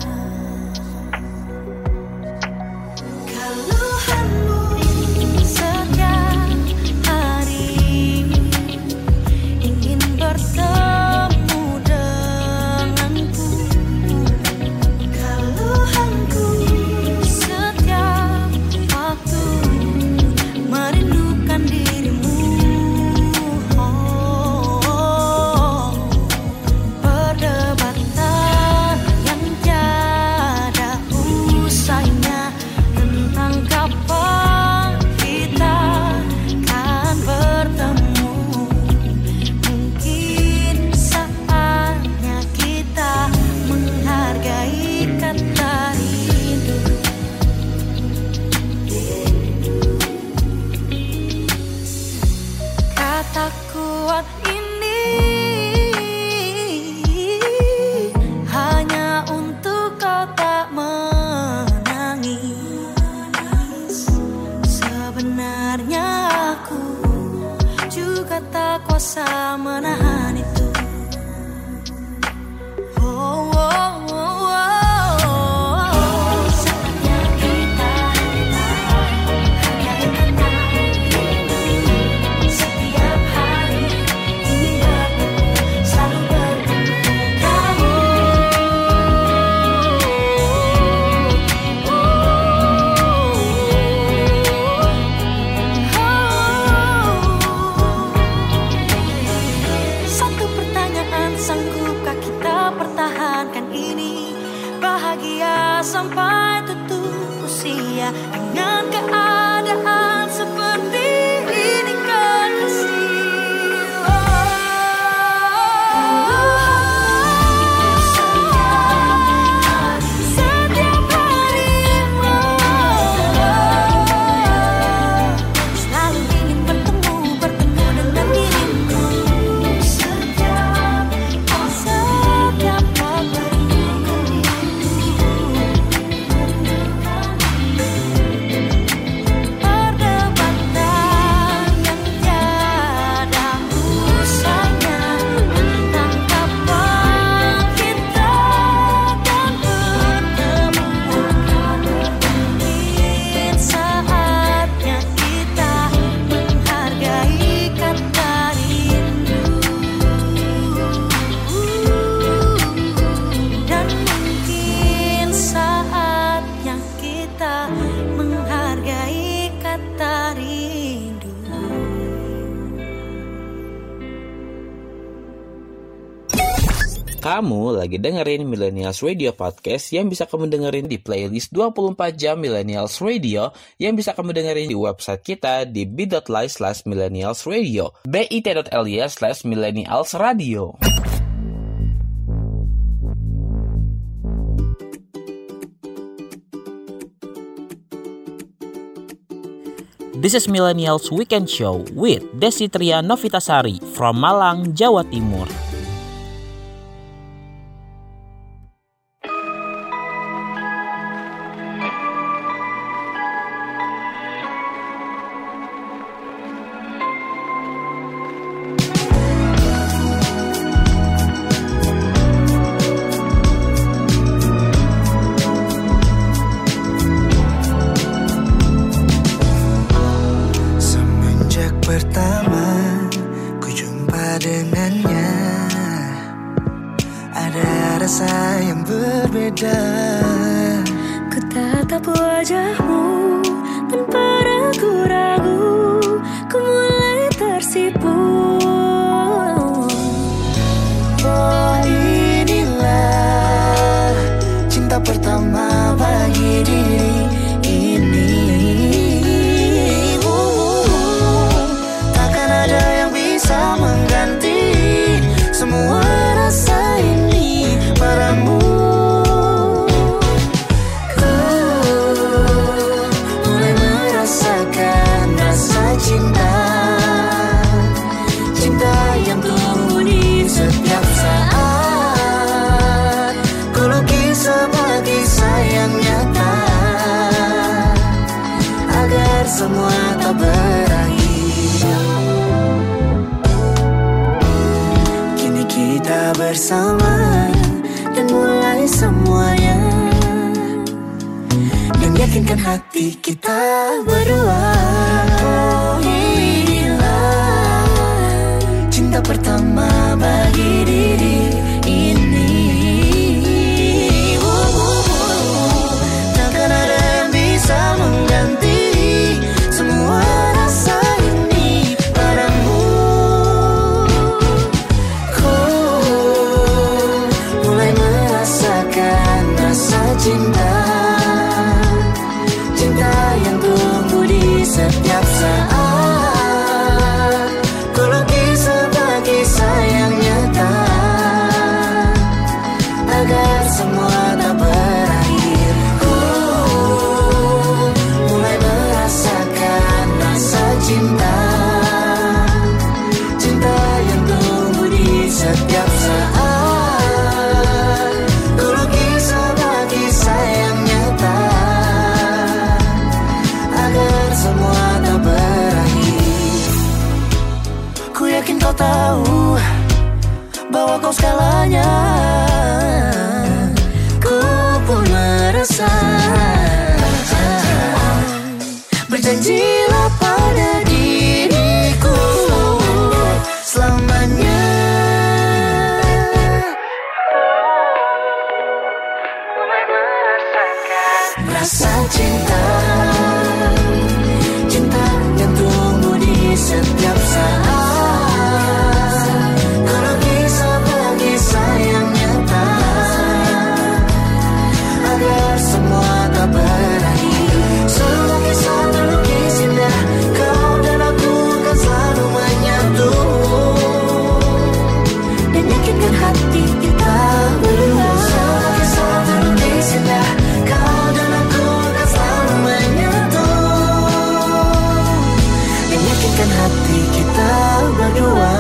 Keluhanmu setiap hari ingin bertemu denganku. Keluhanku setiap waktu merindukan dirimu. Oh, perdebatan yang tiada usainya tentang kapan kita kan bertemu. Mungkin saatnya kita menghargai kata rindu. Kata kuat ini hanya untuk kau tak menangis. Sebenarnya aku juga tak kuasa menahan itu. Oh, oh, oh, oh. Saatnya kita hargai kata rindu. Setiap hari ingin bertemu, selalu bertemu kamu. Satu pertanyaan, sanggupkah kita pertahankan ini? Bahagia sampai tutup usia dengan keadaan seperti ini, kekasih. Setiap hari selalu ingin bertemu, bertemu dengan dirimu. Setiap, setiap waktu perdebatan yang tiada usainya tentang kapan kita kan bertemu. Mungkin saatnya kita menghargai kata rindu. Dan mungkin saatnya kita menghargai kata rindu. Kamu lagi dengerin Millennials Radio Podcast yang bisa kamu dengerin di playlist dua puluh empat jam Millennials Radio yang bisa kamu dengerin di website kita di bit.ly slash millennials radio bit.ly slash millennials radio. This is Millennials Weekend Show with Desitria Novitasari from Malang, Jawa Timur. Semenjak pertama ku jumpa dengannya, ada rasa yang berbeda. Ku tatap wajahmu tanpa ragu-ragu, ku mulai tersipu. Oh, inilah cinta pertama bagi diri ini. Uh, takkan ada yang bisa mengganti semua rasa ini padamu. semua tak berakhir. Kini kita bersama dan mulai semuanya, dan yakinkan hati kita berdua. Oh, inilah cinta pertama bagi diri ini. Oh, oh, oh. Takkan ada yang bisa mengganti semua rasa ini padamu. Kau mulai merasakan rasa cinta, cinta yang tumbuh di setiap saat. Kau lukis sebagai sayang nyata, agar semua tak berakhir. Kau mulai merasakan rasa cinta, cinta yang tumbuh di setiap saat. Kau lukis sebagai sayang nyata, agar semua tak berakhir. Ku yakin kau tahu bahwa kau segalanya. Ku pun merasa. Berjanjilah pada diriku selamanya. Mulai merasakan rasa cinta, cinta yang tumbuh di setiap saat. Kau lukis sebagai sayang nyata, agar semua tak berakhir. Semua kisah terlukis indah, kau dan aku akan selalu menyatu, dan yakinkan hati kita berdua. Semua kisah terlukis indah, kau dan aku akan selalu menyatu, dan yakinkan hati kita berdua.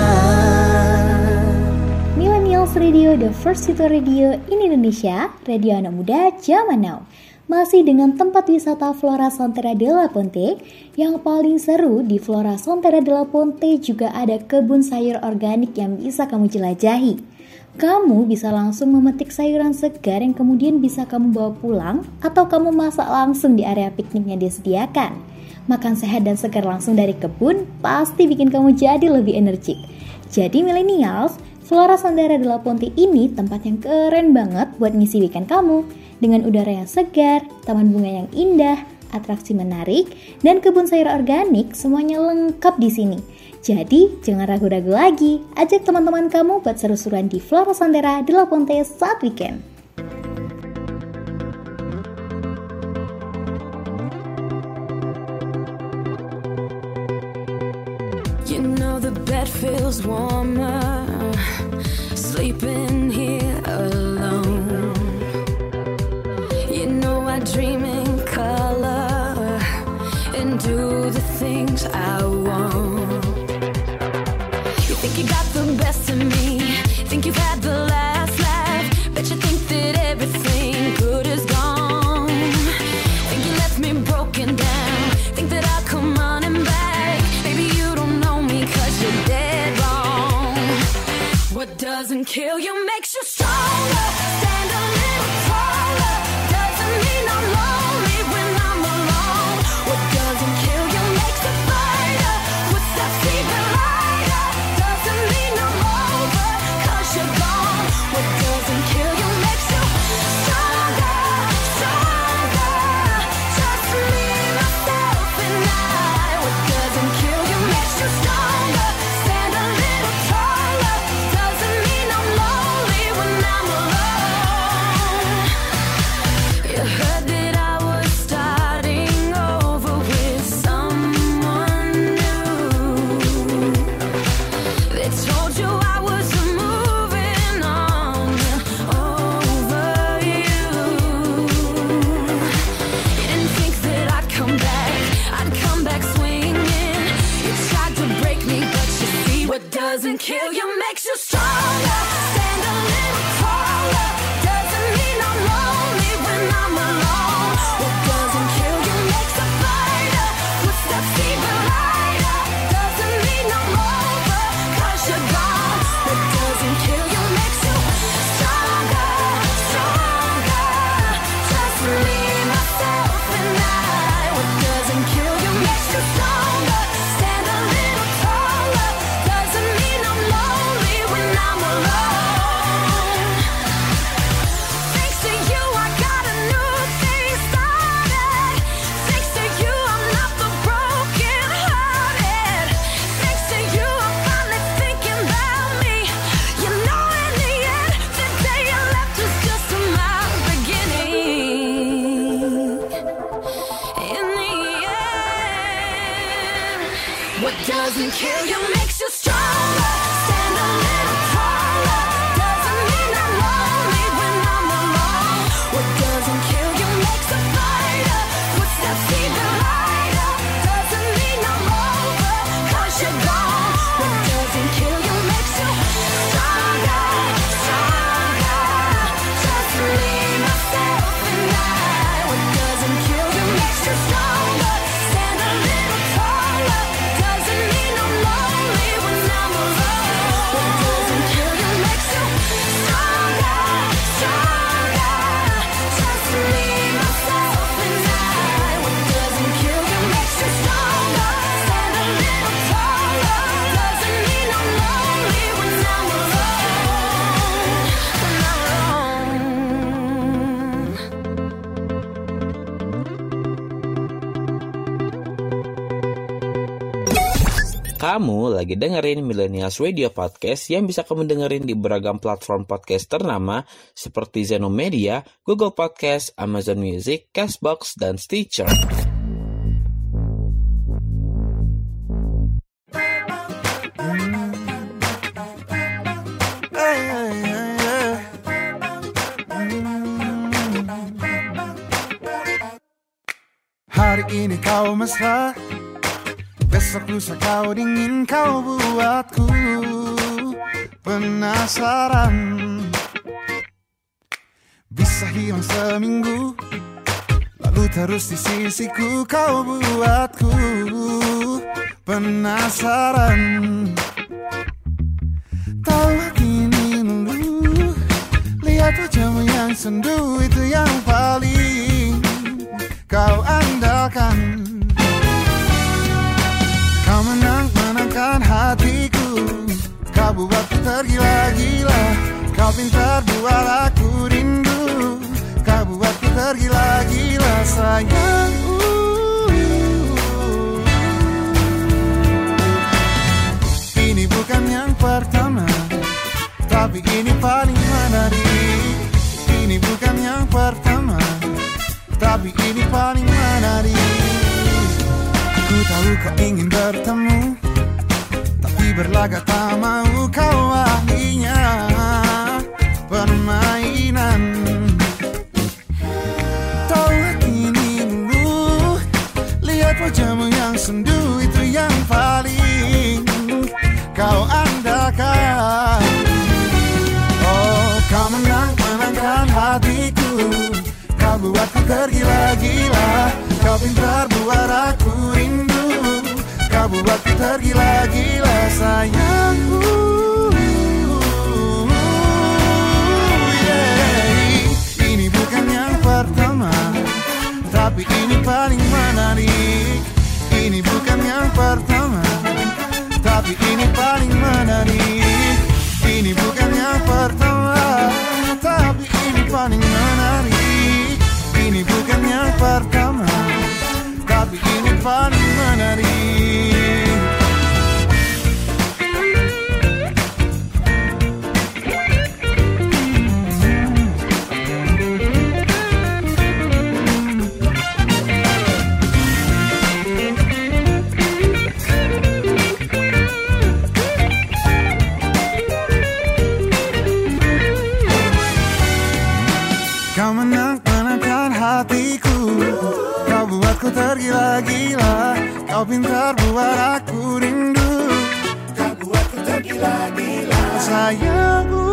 Millennials Radio, the first itu radio in Indonesia, radio anak muda zaman now. Masih dengan tempat wisata Flora Sonterra de la Ponte. Yang paling seru di Flora Sonterra de la Ponte juga ada kebun sayur organik yang bisa kamu jelajahi. Kamu bisa langsung memetik sayuran segar yang kemudian bisa kamu bawa pulang, atau kamu masak langsung di area piknik yang disediakan. Makan sehat dan segar langsung dari kebun pasti bikin kamu jadi lebih energik. Jadi millennials, Flora Sonterra de la Ponte ini tempat yang keren banget buat ngisi weekend kamu. Dengan udara yang segar, taman bunga yang indah, atraksi menarik, dan kebun sayur organik, semuanya lengkap di sini. Jadi, jangan ragu-ragu lagi. Ajak teman-teman kamu buat seru-seruan di Flora Sonterra de la Ponte saat weekend. You know the bed feels warmer sleeping here alone. You know I dream in color and do the things I want. You think you got the best of me, think you've had the last laugh, bet you think that everything good is gone. Think you left me broken down, think that I'll come running back. Maybe you don't know me 'cause you're dead wrong. What doesn't kill you makes you stronger. Stand a little taller. Doesn't mean I'm lonely when I'm alone. What doesn't kill you makes a fighter. Footsteps even lighter. Doesn't mean I'm over 'cause you're gone. doesn't kill you makes you stronger. Stand a little taller. Doesn't mean I'm lonely when I'm alone. What doesn't kill you makes a fighter. Footsteps even lighter. Doesn't mean I'm over, 'cause you're gone. What doesn't kill you makes you stronger, stronger. Just me, myself, and I. What doesn't kill you makes you stronger. Stand a little taller. Doesn't mean I'm lonely when I'm alone. What doesn't kill you makes you stronger, stronger. Just me, myself, and I. What doesn't kill you makes you stronger. Stand a little taller. Doesn't mean I'm lonely when I'm alone. When I'm alone. Kamu lagi dengerin Millennials Radio Podcast yang bisa kamu dengerin di beragam platform podcast ternama seperti Zenomedia, Google Podcast, Amazon Music, Castbox, dan Stitcher. Hari ini kau mesra, besok lusa kau dingin, kau buatku penasaran. Bisa hilang seminggu, lalu terus di sisiku, kau buatku penasaran. Tahu hati ini lulu, lihat wajahmu yang sendu, itu yang paling kau andalkan. Kau menang-menangkan hatiku, kau buatku tergila-gila. Kau pintar buat aku rindu, kau buatku tergila-gila sayang. Ini bukan yang pertama, tapi ini paling menarik. Ini bukan yang pertama, tapi ini paling menarik. Ku tahu kau ingin bertemu, tapi berlagak tak mau, kau ahlinya permainan. Tahu hati ini dulu, lihat wajahmu yang sendu, itu yang paling kau andalkan. Oh, kau menang-menangkan hatiku, kau buatku tergila-gila. Kau pintar buat aku rindu, kau buatku tergila-gila sayangku. Yeah. Ini bukan yang pertama, tapi ini paling menarik. Ini bukan yang pertama, tapi ini paling menarik. Ini bukan yang pertama, tapi ini paling menarik. Ini bukan yang pertama, tapi ini paling menarik. Kau menang-menangkan hatiku, kau buatku tergila-gila. Kau pintar buat aku rindu, kau buatku tergila-gila sayangku.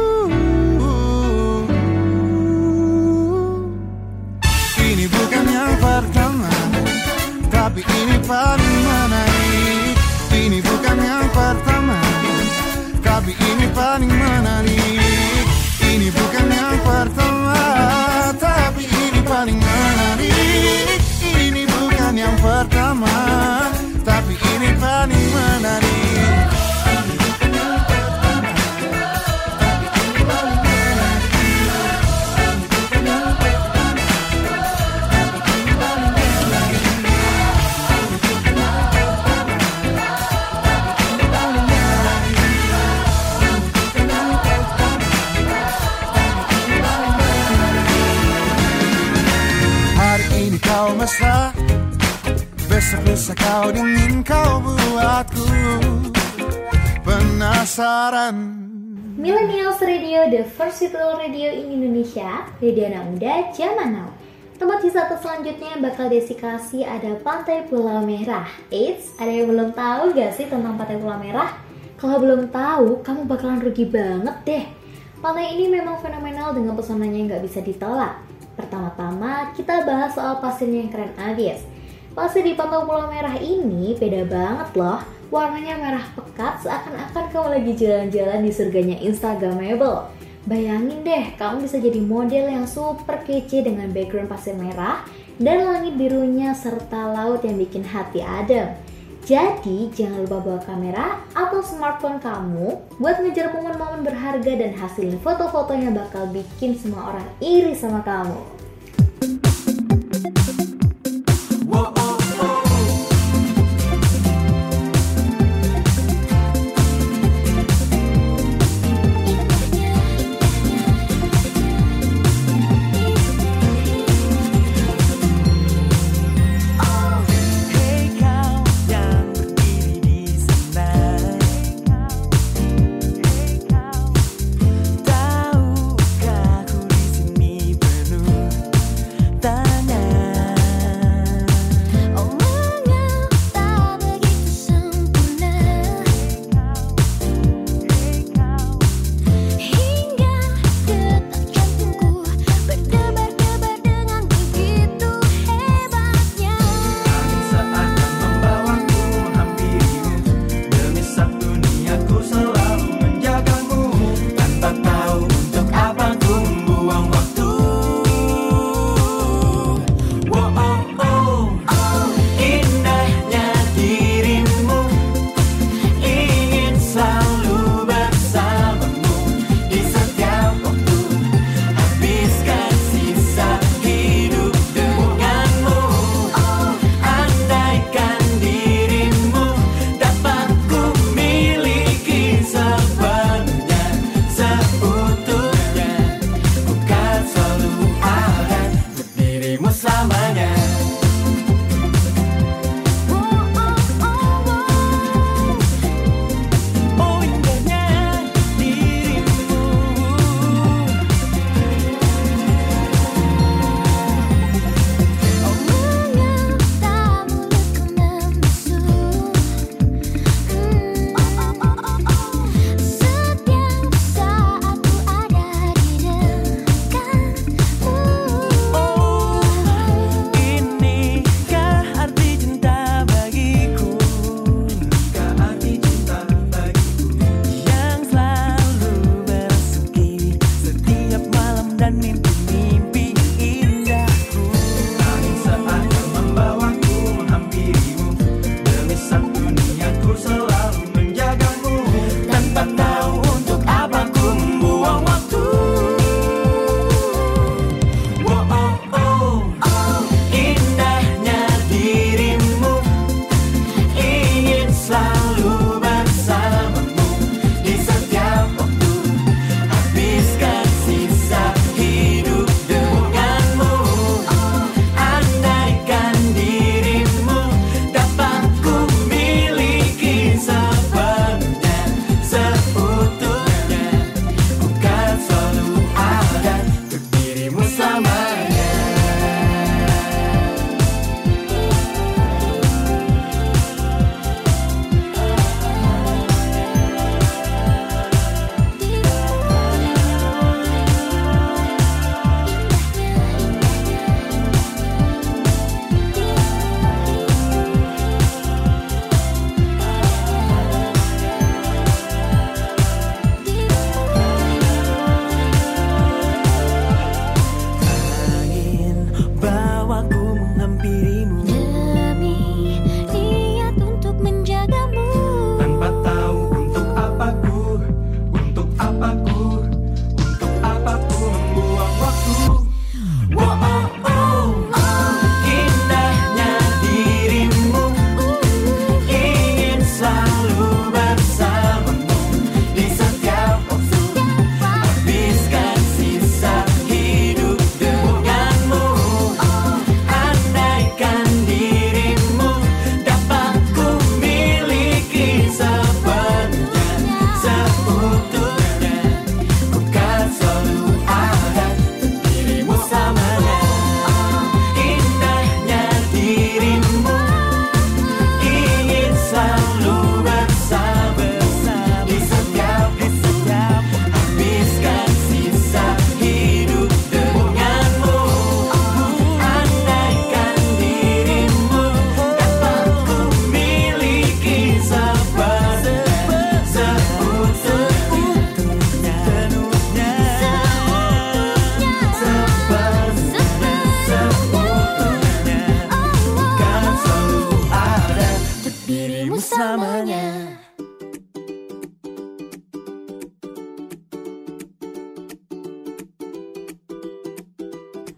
Ini bukan yang pertama, tapi ini paling menarik. Ini bukan yang pertama, tapi ini paling menarik. Ini bukan yang pertama, tapi ini paling menarik. Ini bukan yang pertama, tapi ini paling menarik. Besok-besok kau dingin kau buatku penasaran. Millennials Radio, the first virtual radio in Indonesia, radio anak muda zaman now. Tempat wisata selanjutnya yang bakal Desi kasih ada Pantai Pulau Merah. Eits, ada yang belum tahu gak sih tentang Pantai Pulau Merah? Kalau belum tahu, kamu bakalan rugi banget deh. Pantai ini memang fenomenal dengan pesonanya yang gak bisa ditolak. Pertama-tama, kita bahas soal pasirnya yang keren abis. Pasir di Pantai Pulau Merah ini beda banget loh. Warnanya merah pekat seakan-akan kamu lagi jalan-jalan di surganya Instagramable. Bayangin deh, kamu bisa jadi model yang super kece dengan background pasir merah dan langit birunya serta laut yang bikin hati adem. Jadi, jangan lupa bawa kamera atau smartphone kamu buat ngejar momen-momen berharga dan hasilin foto-foto yang bakal bikin semua orang iri sama kamu. Tahukah ku di sini penuh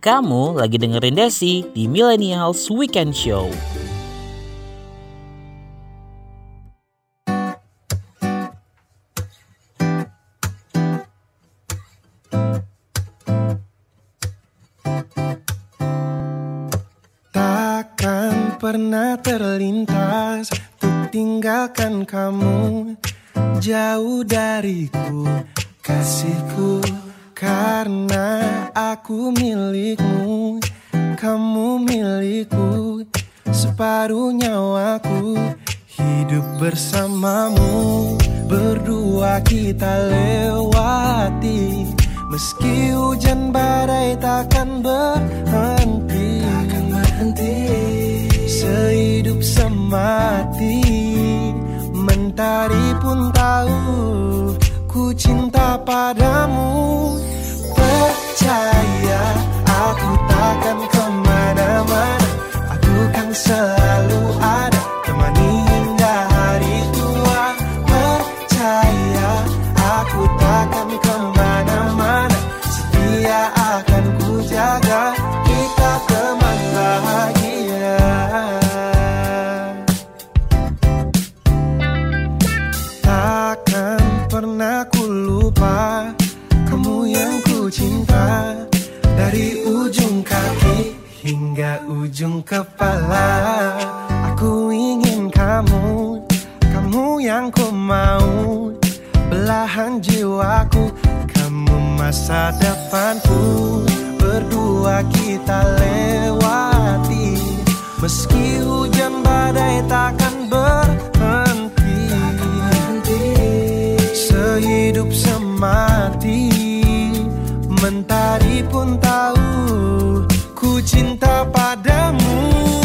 Kamu lagi dengerin Desi di Millennials Weekend Show. Takkan pernah terlintas untuk tinggalkan kamu jauh dariku, kasihku. Karena aku milikmu, kamu milikku, separuh nyawaku. Hidup bersamamu, berdua kita lewati. Meski hujan badai takkan berhenti, takkan berhenti. Sehidup semati, mentari pun tahu ku cinta padamu. Percaya aku takkan kemana-mana, aku kan selalu ada, temani hingga hari tua. Percaya aku takkan kemana-mana, setia akan ku jaga, kita teman bahagia. Takkan pernah ku lupa kamu yang ku cinta, dari ujung kaki hingga ujung kepala. Aku ingin kamu, kamu yang ku mau, belahan jiwaku, kamu masa depanku. Berdua kita lewati, meski hujan badai takkan berhenti. Sehidup semati, mentari pun tahu ku cinta padamu.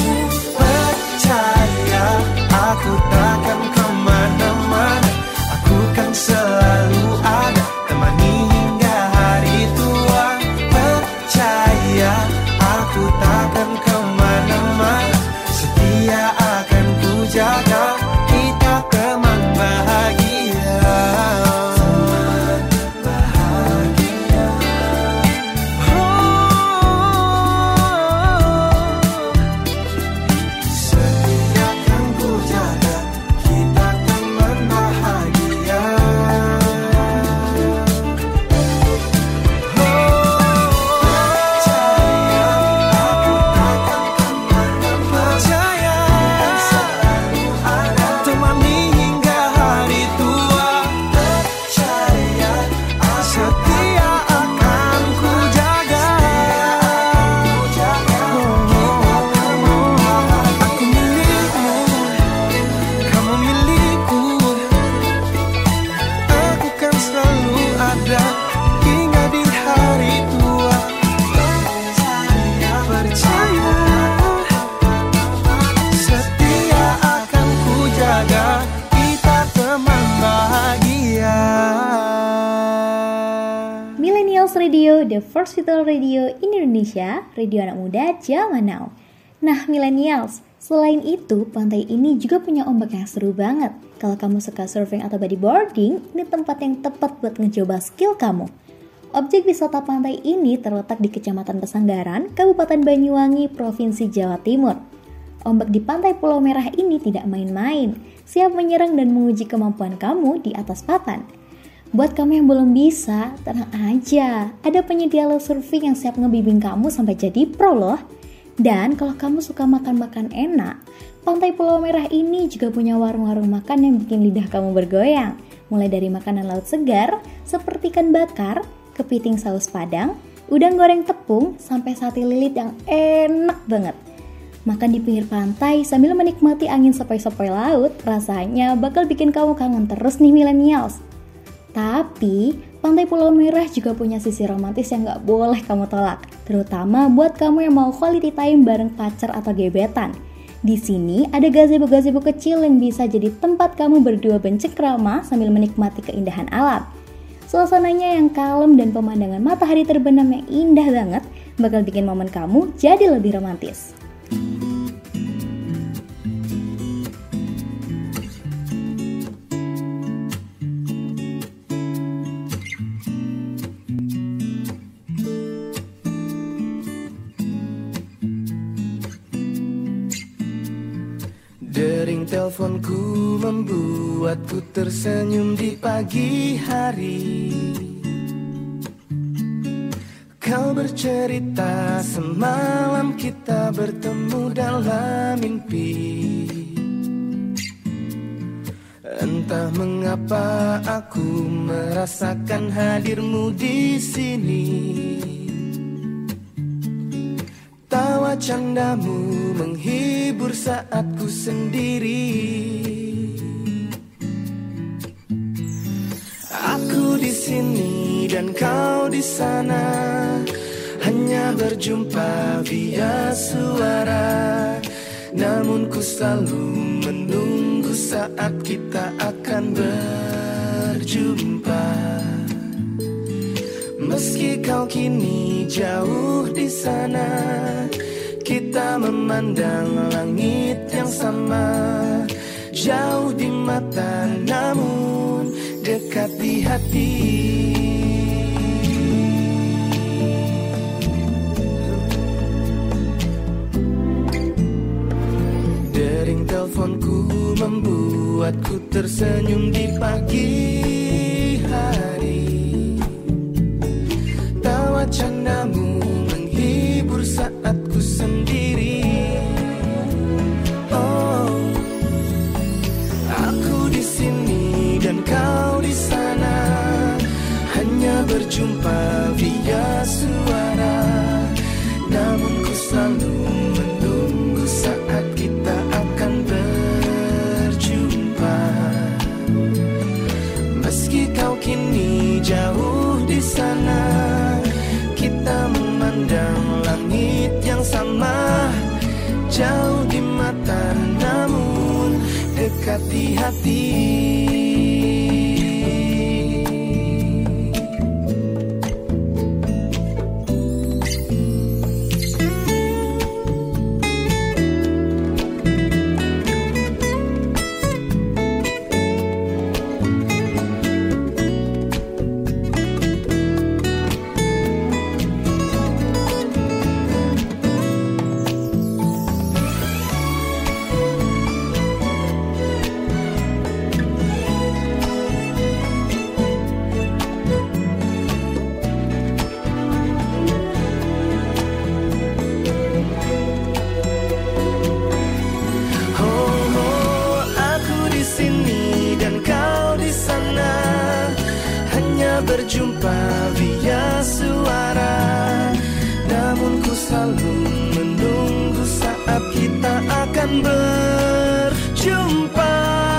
Percaya aku takkan kemana-mana, aku kan selalu ada, temani hingga hari tua. Percaya aku takkan kemana-mana, setia akan ku jaga, kita teman bahagia. Radio, the first virtual radio in Indonesia, radio anak muda zaman now. Nah, millennials, selain itu, pantai ini juga punya ombak yang seru banget. Kalau kamu suka surfing atau bodyboarding, ini tempat yang tepat buat ngecoba skill kamu. Objek wisata pantai ini terletak di Kecamatan Pesanggaran, Kabupaten Banyuwangi, Provinsi Jawa Timur. Ombak di pantai Pulau Merah ini tidak main-main, siap menyerang dan menguji kemampuan kamu di atas papan. Buat kamu yang belum bisa, tenang aja, ada penyedia les surfing yang siap ngebimbing kamu sampai jadi pro loh. Dan kalau kamu suka makan-makan enak, Pantai Pulau Merah ini juga punya warung-warung makan yang bikin lidah kamu bergoyang. Mulai dari makanan laut segar, seperti ikan bakar, kepiting saus padang, udang goreng tepung, sampai sate lilit yang enak banget. Makan di pinggir pantai sambil menikmati angin sepoi-sepoi laut, rasanya bakal bikin kamu kangen terus nih millennials. Tapi, Pantai Pulau Merah juga punya sisi romantis yang gak boleh kamu tolak, terutama buat kamu yang mau quality time bareng pacar atau gebetan. Di sini ada gazebo-gazebo kecil yang bisa jadi tempat kamu berdua bercengkrama sambil menikmati keindahan alam. Suasananya yang kalem dan pemandangan matahari terbenam yang indah banget bakal bikin momen kamu jadi lebih romantis. teleponku membuatku tersenyum di pagi hari. Kau bercerita semalam kita bertemu dalam mimpi. Entah mengapa aku merasakan hadirmu di sini. Tawa candamu menghibur saat ku sendiri. Aku di sini dan kau di sana, hanya berjumpa via suara. Namun ku selalu menunggu saat kita akan berjumpa. Meski kau kini jauh di sana, kita memandang langit yang sama. Jauh di mata namun dekat di hati. Dering teleponku membuatku tersenyum di pagi hari. Tawa candamu menghibur saat ku sendiri. Oh, aku di sini dan kau di sana, hanya berjumpa via suara. Namun ku selalu menunggu saat kita akan berjumpa. Meski kau kini jauh di sana, kita memandang langit yang sama. Jauh di mata namun dekat di hati. Berjumpa via suara. Namun ku selalu menunggu saat kita akan berjumpa.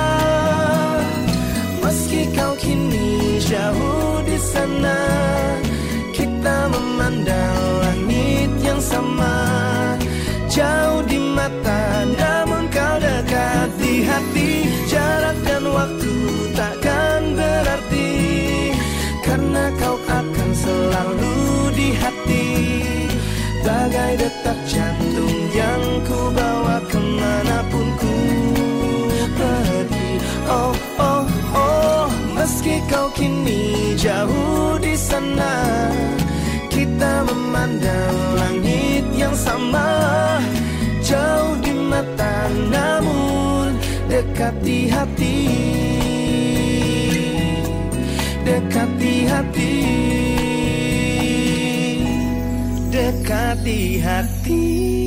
Meski kau kini jauh di sana, kita memandang langit yang sama. Jauh di mata namun kau dekat di hati. Jarak dan waktu takkan berarti, karena kau akan selalu di hati. Bagai detak jantung yang ku bawa kemanapun ku pergi. Oh, oh, oh, meski kau kini jauh di sana, kita memandang langit yang sama. Jauh di mata namun dekat di hati. Dekat di hati, dekat di hati.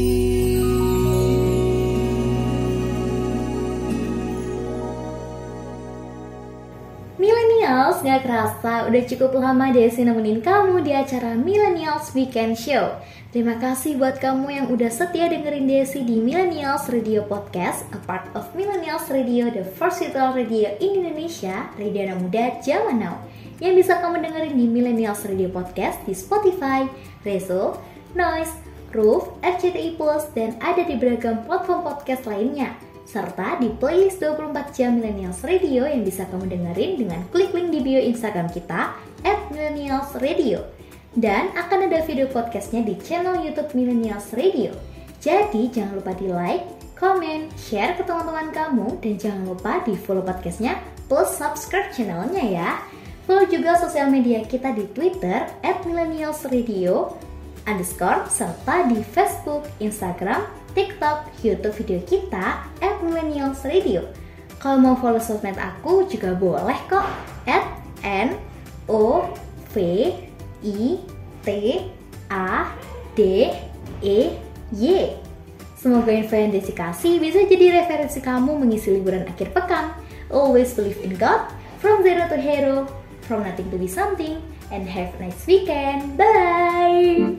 Millennials, gak kerasa udah cukup lama Desi nemenin kamu di acara Millennials Weekend Show. Terima kasih buat kamu yang udah setia dengerin Desi di Millennials Radio Podcast, a part of Millennials Radio, the first virtual radio in Indonesia, radio anak muda zaman now. Yang bisa kamu dengerin di Millennials Radio Podcast di Spotify, Rezo, Noise, Roof, R C T I Plus, dan ada di beragam platform podcast lainnya. Serta di playlist dua puluh empat jam Millennials Radio yang bisa kamu dengerin dengan klik link di bio Instagram kita at millennials radio. Dan akan ada video podcastnya di channel YouTube Millennials Radio. Jadi jangan lupa di like, comment, share ke teman-teman kamu, dan jangan lupa di follow podcastnya plus subscribe channelnya ya. Follow juga sosial media kita di Twitter at millennials radio, underscore, serta di Facebook, Instagram, TikTok, YouTube video kita at Millennials Radio. Kalau mau follow sosmed aku juga boleh kok, at N O V I T A D E Y. Semoga info yang Desi kasih bisa jadi referensi kamu mengisi liburan akhir pekan. Always believe in God, from zero to hero, from nothing to be something, and have a nice weekend. Bye!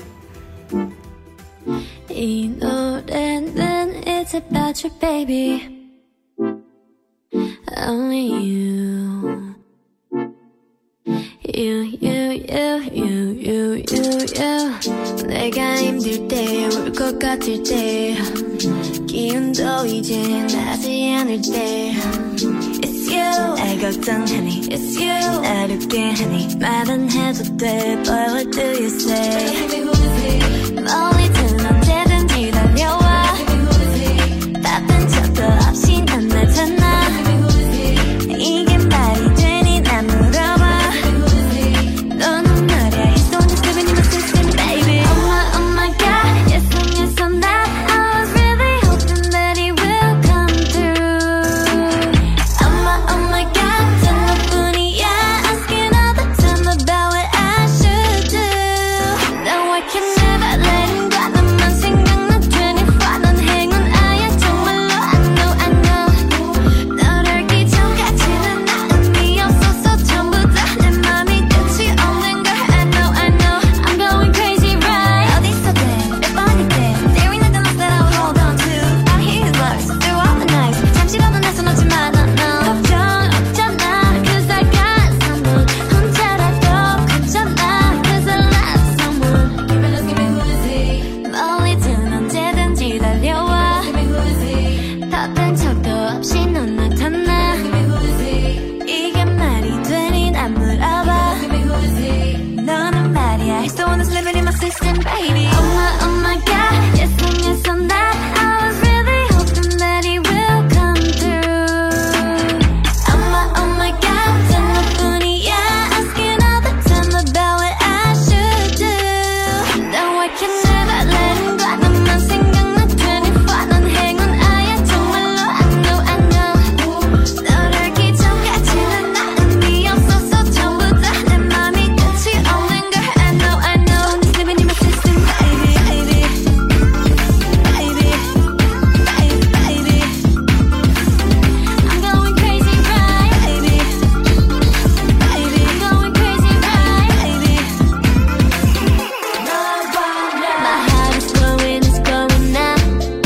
이 노래는 it's about you baby, only you. You, you, you, you, you, you, you. 내가 힘들 때, 울 것 같을 때, 기운도 이제 나지 않을 때. It's you, 날 걱정하니. It's you, 날 웃게 하니. 말은 해도 돼, but what do you say? 멀리든 언제든지 달려와. 바쁜 척도 없이 난 나타나. 이게 말이 되니 난 물어봐. 너는 말야, he's the one that's living in my system, baby. Oh my, oh my God, yes and yes on that. I was really hoping that he will come through. Oh my, oh my God, 전부뿐이야. Asking all the time about what I should do. Now I can never let him go. 너만 생각나 twenty-four. 넌 행운아야 정말로. I know, I know. 널 알기 전까지는 나 의미 없었어. 전부 다 내 맘이 끝이 없는 걸. I know, I know. I'm going crazy, right? 어디서든 몇 번이든 there ain't nothing else that I would hold on to. I hear his words through all the nights. 잠시라도 내 손 놓지 마, no, no. 걱정 없잖아, 'cause I got someone. 혼자라도 괜찮아, 'cause I love someone. Give me, just give me who is he. 멀리든 언제든지 달려와. Give me who is he. 바쁜 척도 없이 넌 나타나. Give me who is he. 이게 말이 되니 난 물어봐. Give me who is he. 너는 말이야, he's the one that's living in my system, baby. Oh my, oh my God, yes and yes on that. I was really hoping that he will come through. Oh my, oh my God, 전부뿐이야. Asking all the time about what I should do. Now I can never let him go. 너만 생각나 twenty-four. 넌 행운아야 정말로. I know, I know. 널 알기 전까지는 나 의미 없었어. 전부 다 내 맘이 끝이 없는 걸. I know, I know. He's living in my system, baby, baby, baby, baby, baby. I'm going crazy, right, baby, baby. I'm going crazy, right, baby. My heart is going, it's going now.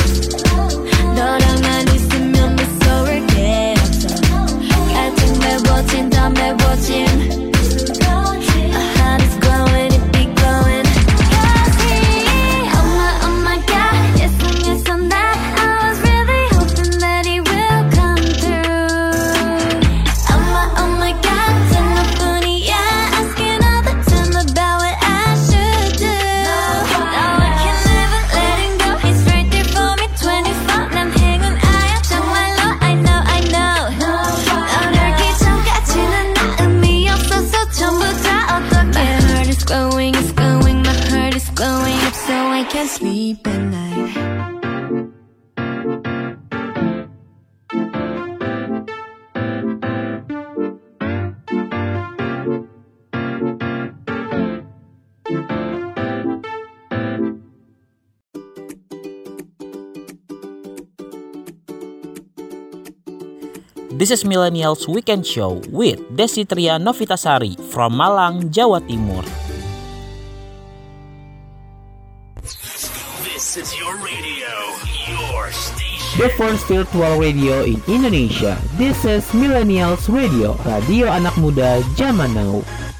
너랑만 있으면 무서울 게 없어. 같은 매워진 더 매워진. My heart is glowing, it be glowing. 'Cause he, oh my, oh my God, yes and yes on that. I was really hoping that he will come through. Oh my, oh my God, 전부뿐이야. Asking all the time about what I should do. Now I can never let him go. He's right there for me twenty-four. 난 행운아야 정말로. I know, I know. 널 알기 전까지는 나 의미 없었어. 전부 다 어떡해. My heart is glowing, it's glowing. My heart is glowing up so I can't sleep at night. This is Millennials Weekend Show with Desitria Novitasari from Malang, Jawa Timur. This is your radio, your station. The first virtual radio in Indonesia. This is Millennials Radio, radio anak muda zaman now.